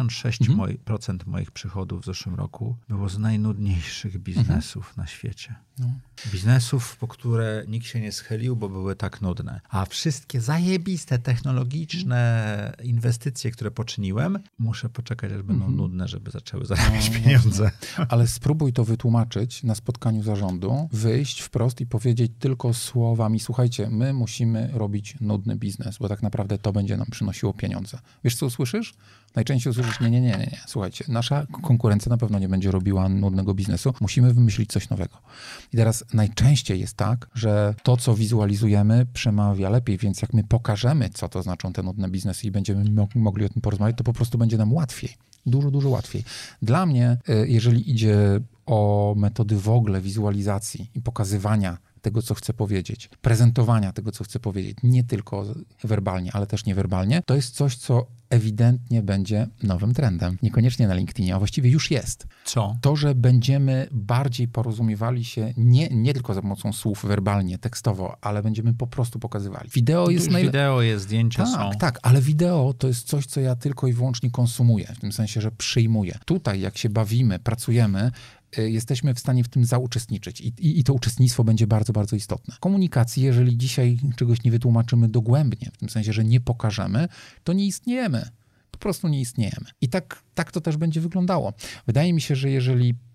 86% moich przychodów w zeszłym roku było z najnudniejszych biznesów na świecie. Biznesów, po które nikt się nie schylił, bo były tak nudne. A wszystkie zajebiste, technologiczne inwestycje, które poczyniłem, muszę poczekać, aż będą nudne, żeby zaczęły zarabiać pieniądze. Ale spróbuj to wytłumaczyć na spotkaniu zarządu, wyjść wprost i powiedzieć tylko słowami: słuchajcie, my musimy robić nudny biznes, bo tak naprawdę to będzie nam przynosiło pieniądze. Wiesz, co usłyszysz? Najczęściej usłyszysz: nie. Słuchajcie, nasza konkurencja na pewno nie będzie robiła nudnego biznesu. Musimy wymyślić coś nowego. I teraz najczęściej jest tak, że to, co wizualizujemy, przemawia lepiej, więc jak my pokażemy, co to znaczą te nudne biznesy i będziemy mogli o tym porozmawiać, to po prostu będzie nam łatwiej. Dużo, dużo łatwiej. Dla mnie, jeżeli idzie o metody w ogóle wizualizacji i pokazywania tego, co chcę powiedzieć, prezentowania tego, co chcę powiedzieć, nie tylko werbalnie, ale też niewerbalnie, to jest coś, co ewidentnie będzie nowym trendem. Niekoniecznie na LinkedInie, a właściwie już jest. Co? To, że będziemy bardziej porozumiewali się nie tylko za pomocą słów werbalnie, tekstowo, ale będziemy po prostu pokazywali. Wideo jest zdjęcia są. Tak, ale wideo to jest coś, co ja tylko i wyłącznie konsumuję, w tym sensie, że przyjmuję. Tutaj, jak się bawimy, pracujemy, jesteśmy w stanie w tym zauczestniczyć i to uczestnictwo będzie bardzo, bardzo istotne. Komunikacji, jeżeli dzisiaj czegoś nie wytłumaczymy dogłębnie, w tym sensie, że nie pokażemy, to nie istniejemy. Po prostu nie istniejemy. I tak to też będzie wyglądało. Wydaje mi się, że jeżeli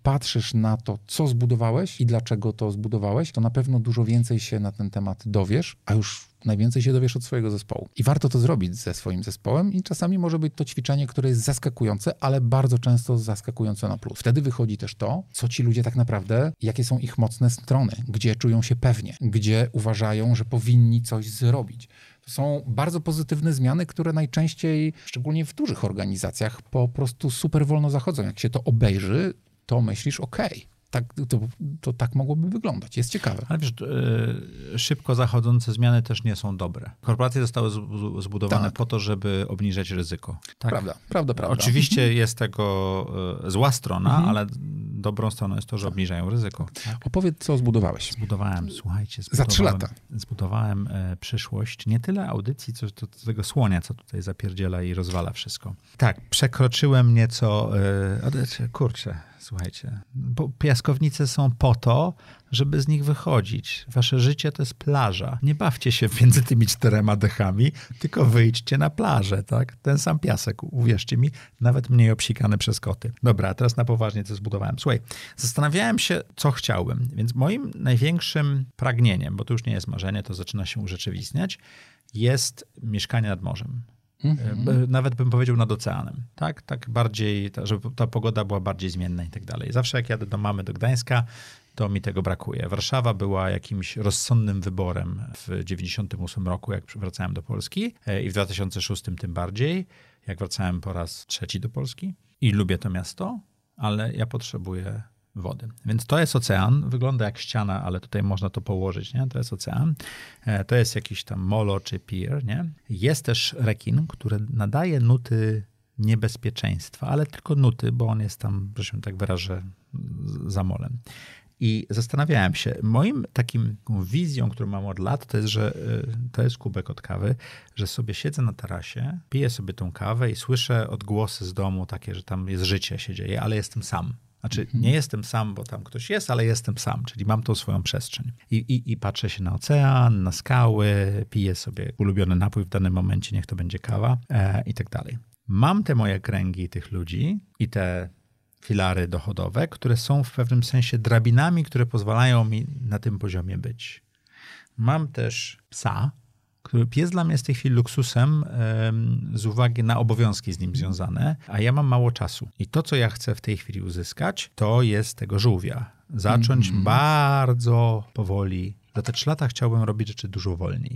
patrzysz na to, co zbudowałeś i dlaczego to zbudowałeś, to na pewno dużo więcej się na ten temat dowiesz, a już najwięcej się dowiesz od swojego zespołu. I warto to zrobić ze swoim zespołem i czasami może być to ćwiczenie, które jest zaskakujące, ale bardzo często zaskakujące na plus. Wtedy wychodzi też to, co ci ludzie tak naprawdę, jakie są ich mocne strony, gdzie czują się pewnie, gdzie uważają, że powinni coś zrobić. To są bardzo pozytywne zmiany, które najczęściej, szczególnie w dużych organizacjach, po prostu super wolno zachodzą. Jak się to obejrzy, to myślisz, tak, to tak mogłoby wyglądać. Jest ciekawe. Ale wiesz, szybko zachodzące zmiany też nie są dobre. Korporacje zostały zbudowane po to, żeby obniżać ryzyko. Tak? Prawda. Oczywiście jest tego zła strona, ale dobrą stroną jest to, że obniżają ryzyko. Tak? Opowiedz, co zbudowałeś. Za 3 lata. Zbudowałem przyszłość. Nie tyle audycji, co do tego słonia, co tutaj zapierdziela i rozwala wszystko. Tak, przekroczyłem nieco... Słuchajcie, bo piaskownice są po to, żeby z nich wychodzić. Wasze życie to jest plaża. Nie bawcie się między tymi 4 dechami, tylko wyjdźcie na plażę, tak? Ten sam piasek, uwierzcie mi, nawet mniej obsikany przez koty. Dobra, a teraz na poważnie co zbudowałem. Słuchaj, zastanawiałem się, co chciałbym, więc moim największym pragnieniem, bo to już nie jest marzenie, to zaczyna się urzeczywistniać, jest mieszkanie nad morzem. Nawet bym powiedział nad oceanem, tak bardziej, żeby ta pogoda była bardziej zmienna i tak dalej. Zawsze jak jadę do mamy, do Gdańska, to mi tego brakuje. Warszawa była jakimś rozsądnym wyborem w 1998 roku, jak wracałem do Polski i w 2006 tym bardziej, jak wracałem po raz 3 do Polski i lubię to miasto, ale ja potrzebuję wody. Więc to jest ocean, wygląda jak ściana, ale tutaj można to położyć, nie? To jest ocean. To jest jakiś tam molo czy pier, nie? Jest też rekin, który nadaje nuty niebezpieczeństwa, ale tylko nuty, bo on jest tam, że się tak wyrażę, za molem. I zastanawiałem się, moim takim wizją, którą mam od lat, to jest, że to jest kubek od kawy, że sobie siedzę na tarasie, piję sobie tą kawę i słyszę odgłosy z domu takie, że tam jest życie się dzieje, ale jestem sam. Znaczy, nie jestem sam, bo tam ktoś jest, ale jestem sam, czyli mam tą swoją przestrzeń. I patrzę się na ocean, na skały, piję sobie ulubiony napój w danym momencie, niech to będzie kawa i tak dalej. Mam te moje kręgi tych ludzi i te filary dochodowe, które są w pewnym sensie drabinami, które pozwalają mi na tym poziomie być. Mam też psa, który pies dla mnie jest w tej chwili luksusem z uwagi na obowiązki z nim związane, a ja mam mało czasu. I to, co ja chcę w tej chwili uzyskać, to jest tego żółwia. Zacząć bardzo powoli. Za te 3 lata chciałbym robić rzeczy dużo wolniej.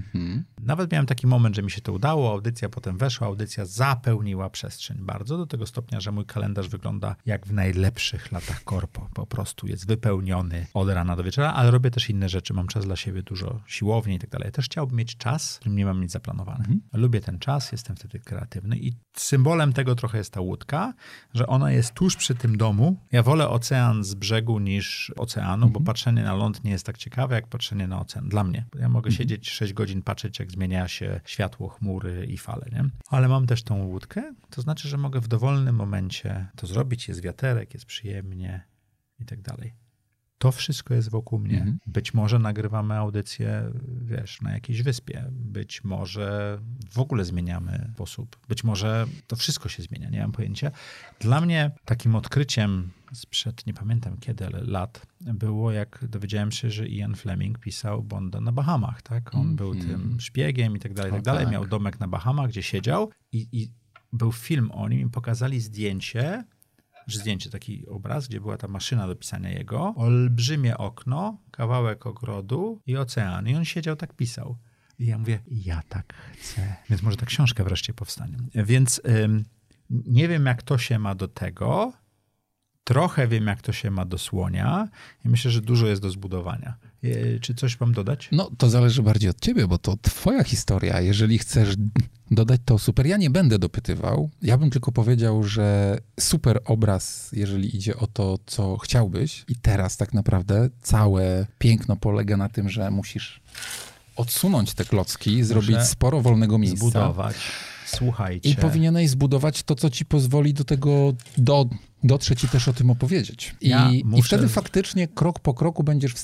Nawet miałem taki moment, że mi się to udało, audycja potem weszła, audycja zapełniła przestrzeń bardzo, do tego stopnia, że mój kalendarz wygląda jak w najlepszych latach korpo. Po prostu jest wypełniony od rana do wieczora, ale robię też inne rzeczy. Mam czas dla siebie, dużo siłowni i tak dalej. Też chciałbym mieć czas, w którym nie mam nic zaplanowane. Lubię ten czas, jestem wtedy kreatywny i symbolem tego trochę jest ta łódka, że ona jest tuż przy tym domu. Ja wolę ocean z brzegu niż oceanu, bo patrzenie na ląd nie jest tak ciekawe, jak patrzenie na ocean. Dla mnie. Ja mogę siedzieć 6 godzin, patrzeć, jak zmienia się światło, chmury i fale, nie? Ale mam też tą łódkę, to znaczy, że mogę w dowolnym momencie to zrobić, jest wiaterek, jest przyjemnie i tak dalej. To wszystko jest wokół mnie. Być może nagrywamy audycję, wiesz, na jakiejś wyspie. Być może w ogóle zmieniamy sposób. Być może to wszystko się zmienia, nie mam pojęcia. Dla mnie takim odkryciem sprzed, nie pamiętam kiedy, ale lat, było jak dowiedziałem się, że Ian Fleming pisał Bonda na Bahamach, tak? On był tym szpiegiem i tak dalej, tak. Miał domek na Bahamach, gdzie siedział i był film o nim i pokazali zdjęcie, taki obraz, gdzie była ta maszyna do pisania jego, olbrzymie okno, kawałek ogrodu i ocean. I on siedział, tak pisał. I ja mówię, ja tak chcę. Więc może ta książka wreszcie powstanie. Więc nie wiem, jak to się ma do tego. Trochę wiem, jak to się ma do słonia i myślę, że dużo jest do zbudowania. Czy coś mam dodać? No, to zależy bardziej od ciebie, bo to twoja historia. Jeżeli chcesz dodać, to super. Ja nie będę dopytywał. Ja bym tylko powiedział, że super obraz, jeżeli idzie o to, co chciałbyś. I teraz tak naprawdę całe piękno polega na tym, że musisz odsunąć te klocki, zrobić sporo wolnego miejsca. Zbudować. Słuchajcie. I powinieneś zbudować to, co ci pozwoli do tego dotrzeć i też o tym opowiedzieć. I wtedy faktycznie krok po kroku będziesz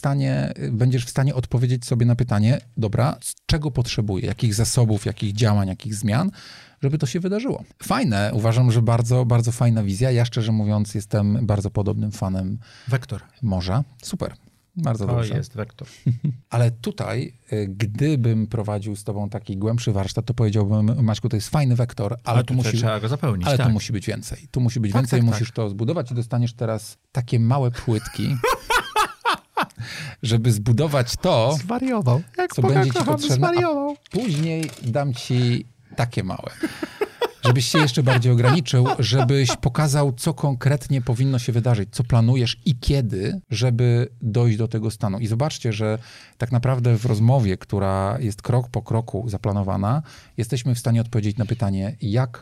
w stanie odpowiedzieć sobie na pytanie, dobra, czego potrzebuję, jakich zasobów, jakich działań, jakich zmian, żeby to się wydarzyło. Fajne, uważam, że bardzo, bardzo fajna wizja. Ja szczerze mówiąc jestem bardzo podobnym fanem Wektor. morza. Super. Bardzo dobrze. To jest Wektor. Ale tutaj, gdybym prowadził z tobą taki głębszy warsztat, to powiedziałbym, Maćku, to jest fajny wektor, ale tu trzeba go zapełnić. Ale tak. tu musi być więcej. Tu musi być więcej, musisz to zbudować i dostaniesz teraz takie małe płytki, żeby zbudować to, Zwariował. Jak co Boga będzie ci kocham, potrzebne, zwariował. a później dam ci takie małe. Żebyś się jeszcze bardziej ograniczył, żebyś pokazał, co konkretnie powinno się wydarzyć, co planujesz i kiedy, żeby dojść do tego stanu. I zobaczcie, że tak naprawdę w rozmowie, która jest krok po kroku zaplanowana, jesteśmy w stanie odpowiedzieć na pytanie,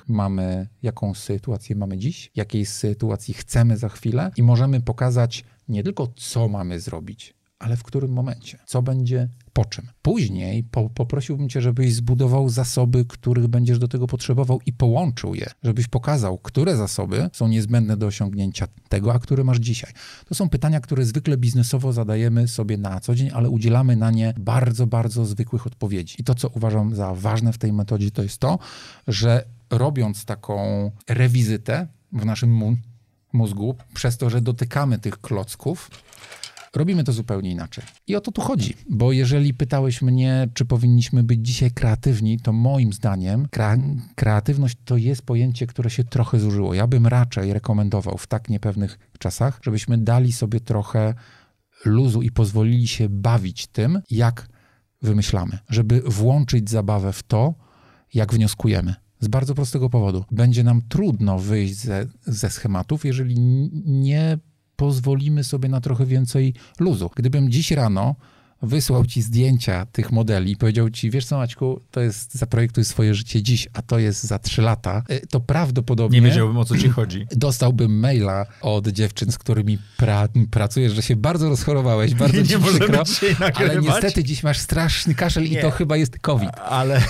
jaką sytuację mamy dziś, jakiej sytuacji chcemy za chwilę i możemy pokazać nie tylko, co mamy zrobić, ale w którym momencie, co będzie po czym. Później poprosiłbym cię, żebyś zbudował zasoby, których będziesz do tego potrzebował i połączył je, żebyś pokazał, które zasoby są niezbędne do osiągnięcia tego, a które masz dzisiaj. To są pytania, które zwykle biznesowo zadajemy sobie na co dzień, ale udzielamy na nie bardzo, bardzo zwykłych odpowiedzi. I to, co uważam za ważne w tej metodzie, to jest to, że robiąc taką rewizytę w naszym mózgu, przez to, że dotykamy tych klocków, robimy to zupełnie inaczej. I o to tu chodzi, bo jeżeli pytałeś mnie, czy powinniśmy być dzisiaj kreatywni, to moim zdaniem kreatywność to jest pojęcie, które się trochę zużyło. Ja bym raczej rekomendował w tak niepewnych czasach, żebyśmy dali sobie trochę luzu i pozwolili się bawić tym, jak wymyślamy, żeby włączyć zabawę w to, jak wnioskujemy. Z bardzo prostego powodu. Będzie nam trudno wyjść ze schematów, jeżeli nie pozwolimy sobie na trochę więcej luzu. Gdybym dziś rano wysłał ci zdjęcia tych modeli i powiedział ci, wiesz co, Maćku, to jest zaprojektuj swoje życie dziś, a to jest za 3 lata, to prawdopodobnie... Nie wiedziałbym, o co ci chodzi. Dostałbym maila od dziewczyn, z którymi pracujesz, że się bardzo rozchorowałeś, bardzo ci przykro, ale niestety dziś masz straszny kaszel i to chyba jest COVID. Ale...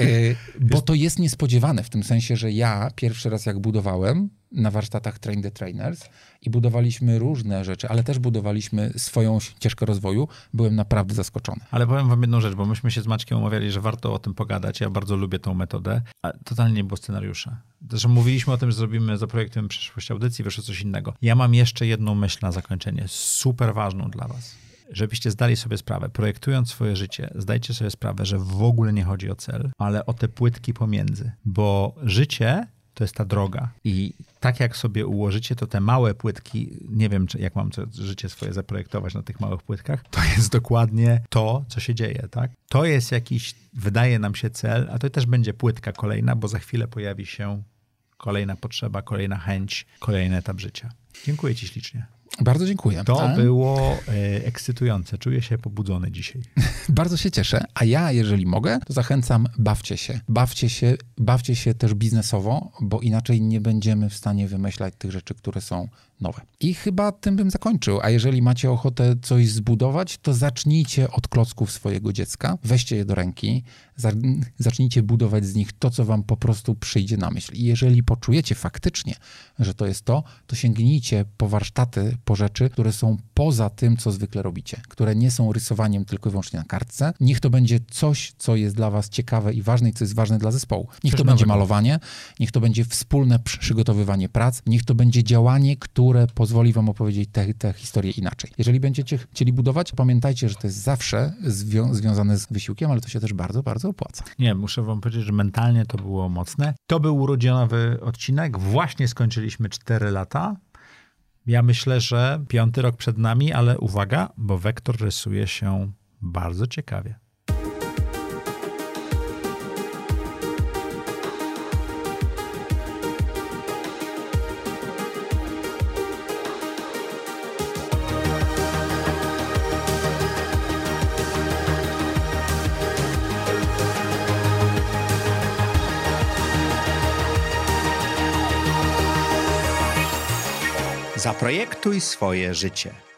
Bo to jest niespodziewane w tym sensie, że ja pierwszy raz jak budowałem na warsztatach Train the Trainers i budowaliśmy różne rzeczy, ale też budowaliśmy swoją ścieżkę rozwoju, byłem naprawdę zaskoczony. Ale powiem wam jedną rzecz, bo myśmy się z Maćkiem umawiali, że warto o tym pogadać. Ja bardzo lubię tą metodę, ale totalnie nie było scenariusza. Zresztą mówiliśmy o tym, że zrobimy, zaprojektujemy przyszłość audycji, wyszło coś innego. Ja mam jeszcze jedną myśl na zakończenie, super ważną dla was. Żebyście zdali sobie sprawę, projektując swoje życie, zdajcie sobie sprawę, że w ogóle nie chodzi o cel, ale o te płytki pomiędzy, bo życie to jest ta droga i tak jak sobie ułożycie, to te małe płytki, nie wiem, jak mam życie swoje zaprojektować na tych małych płytkach, to jest dokładnie to, co się dzieje, tak? To jest jakiś, wydaje nam się cel, a to też będzie płytka kolejna, bo za chwilę pojawi się kolejna potrzeba, kolejna chęć, kolejny etap życia. Dziękuję ci ślicznie. Bardzo dziękuję. To było ekscytujące. Czuję się pobudzony dzisiaj. Bardzo się cieszę. A ja, jeżeli mogę, to zachęcam, bawcie się. Bawcie się też biznesowo, bo inaczej nie będziemy w stanie wymyślać tych rzeczy, które są nowe. I chyba tym bym zakończył. A jeżeli macie ochotę coś zbudować, to zacznijcie od klocków swojego dziecka. Weźcie je do ręki. Zacznijcie budować z nich to, co wam po prostu przyjdzie na myśl. I jeżeli poczujecie faktycznie, że to jest to sięgnijcie po warsztaty, po rzeczy, które są poza tym, co zwykle robicie, które nie są rysowaniem tylko i wyłącznie na kartce. Niech to będzie coś, co jest dla was ciekawe i ważne i co jest ważne dla zespołu. Niech to będzie malowanie, niech to będzie wspólne przygotowywanie prac, niech to będzie działanie, które pozwoli wam opowiedzieć tę historię inaczej. Jeżeli będziecie chcieli budować, pamiętajcie, że to jest zawsze związane z wysiłkiem, ale to się też bardzo, bardzo opłaca. Nie, muszę wam powiedzieć, że mentalnie to było mocne. To był urodzinowy odcinek. Właśnie skończyliśmy 4 lata. Ja myślę, że 5. rok przed nami, ale uwaga, bo wektor rysuje się bardzo ciekawie. Zaprojektuj swoje życie.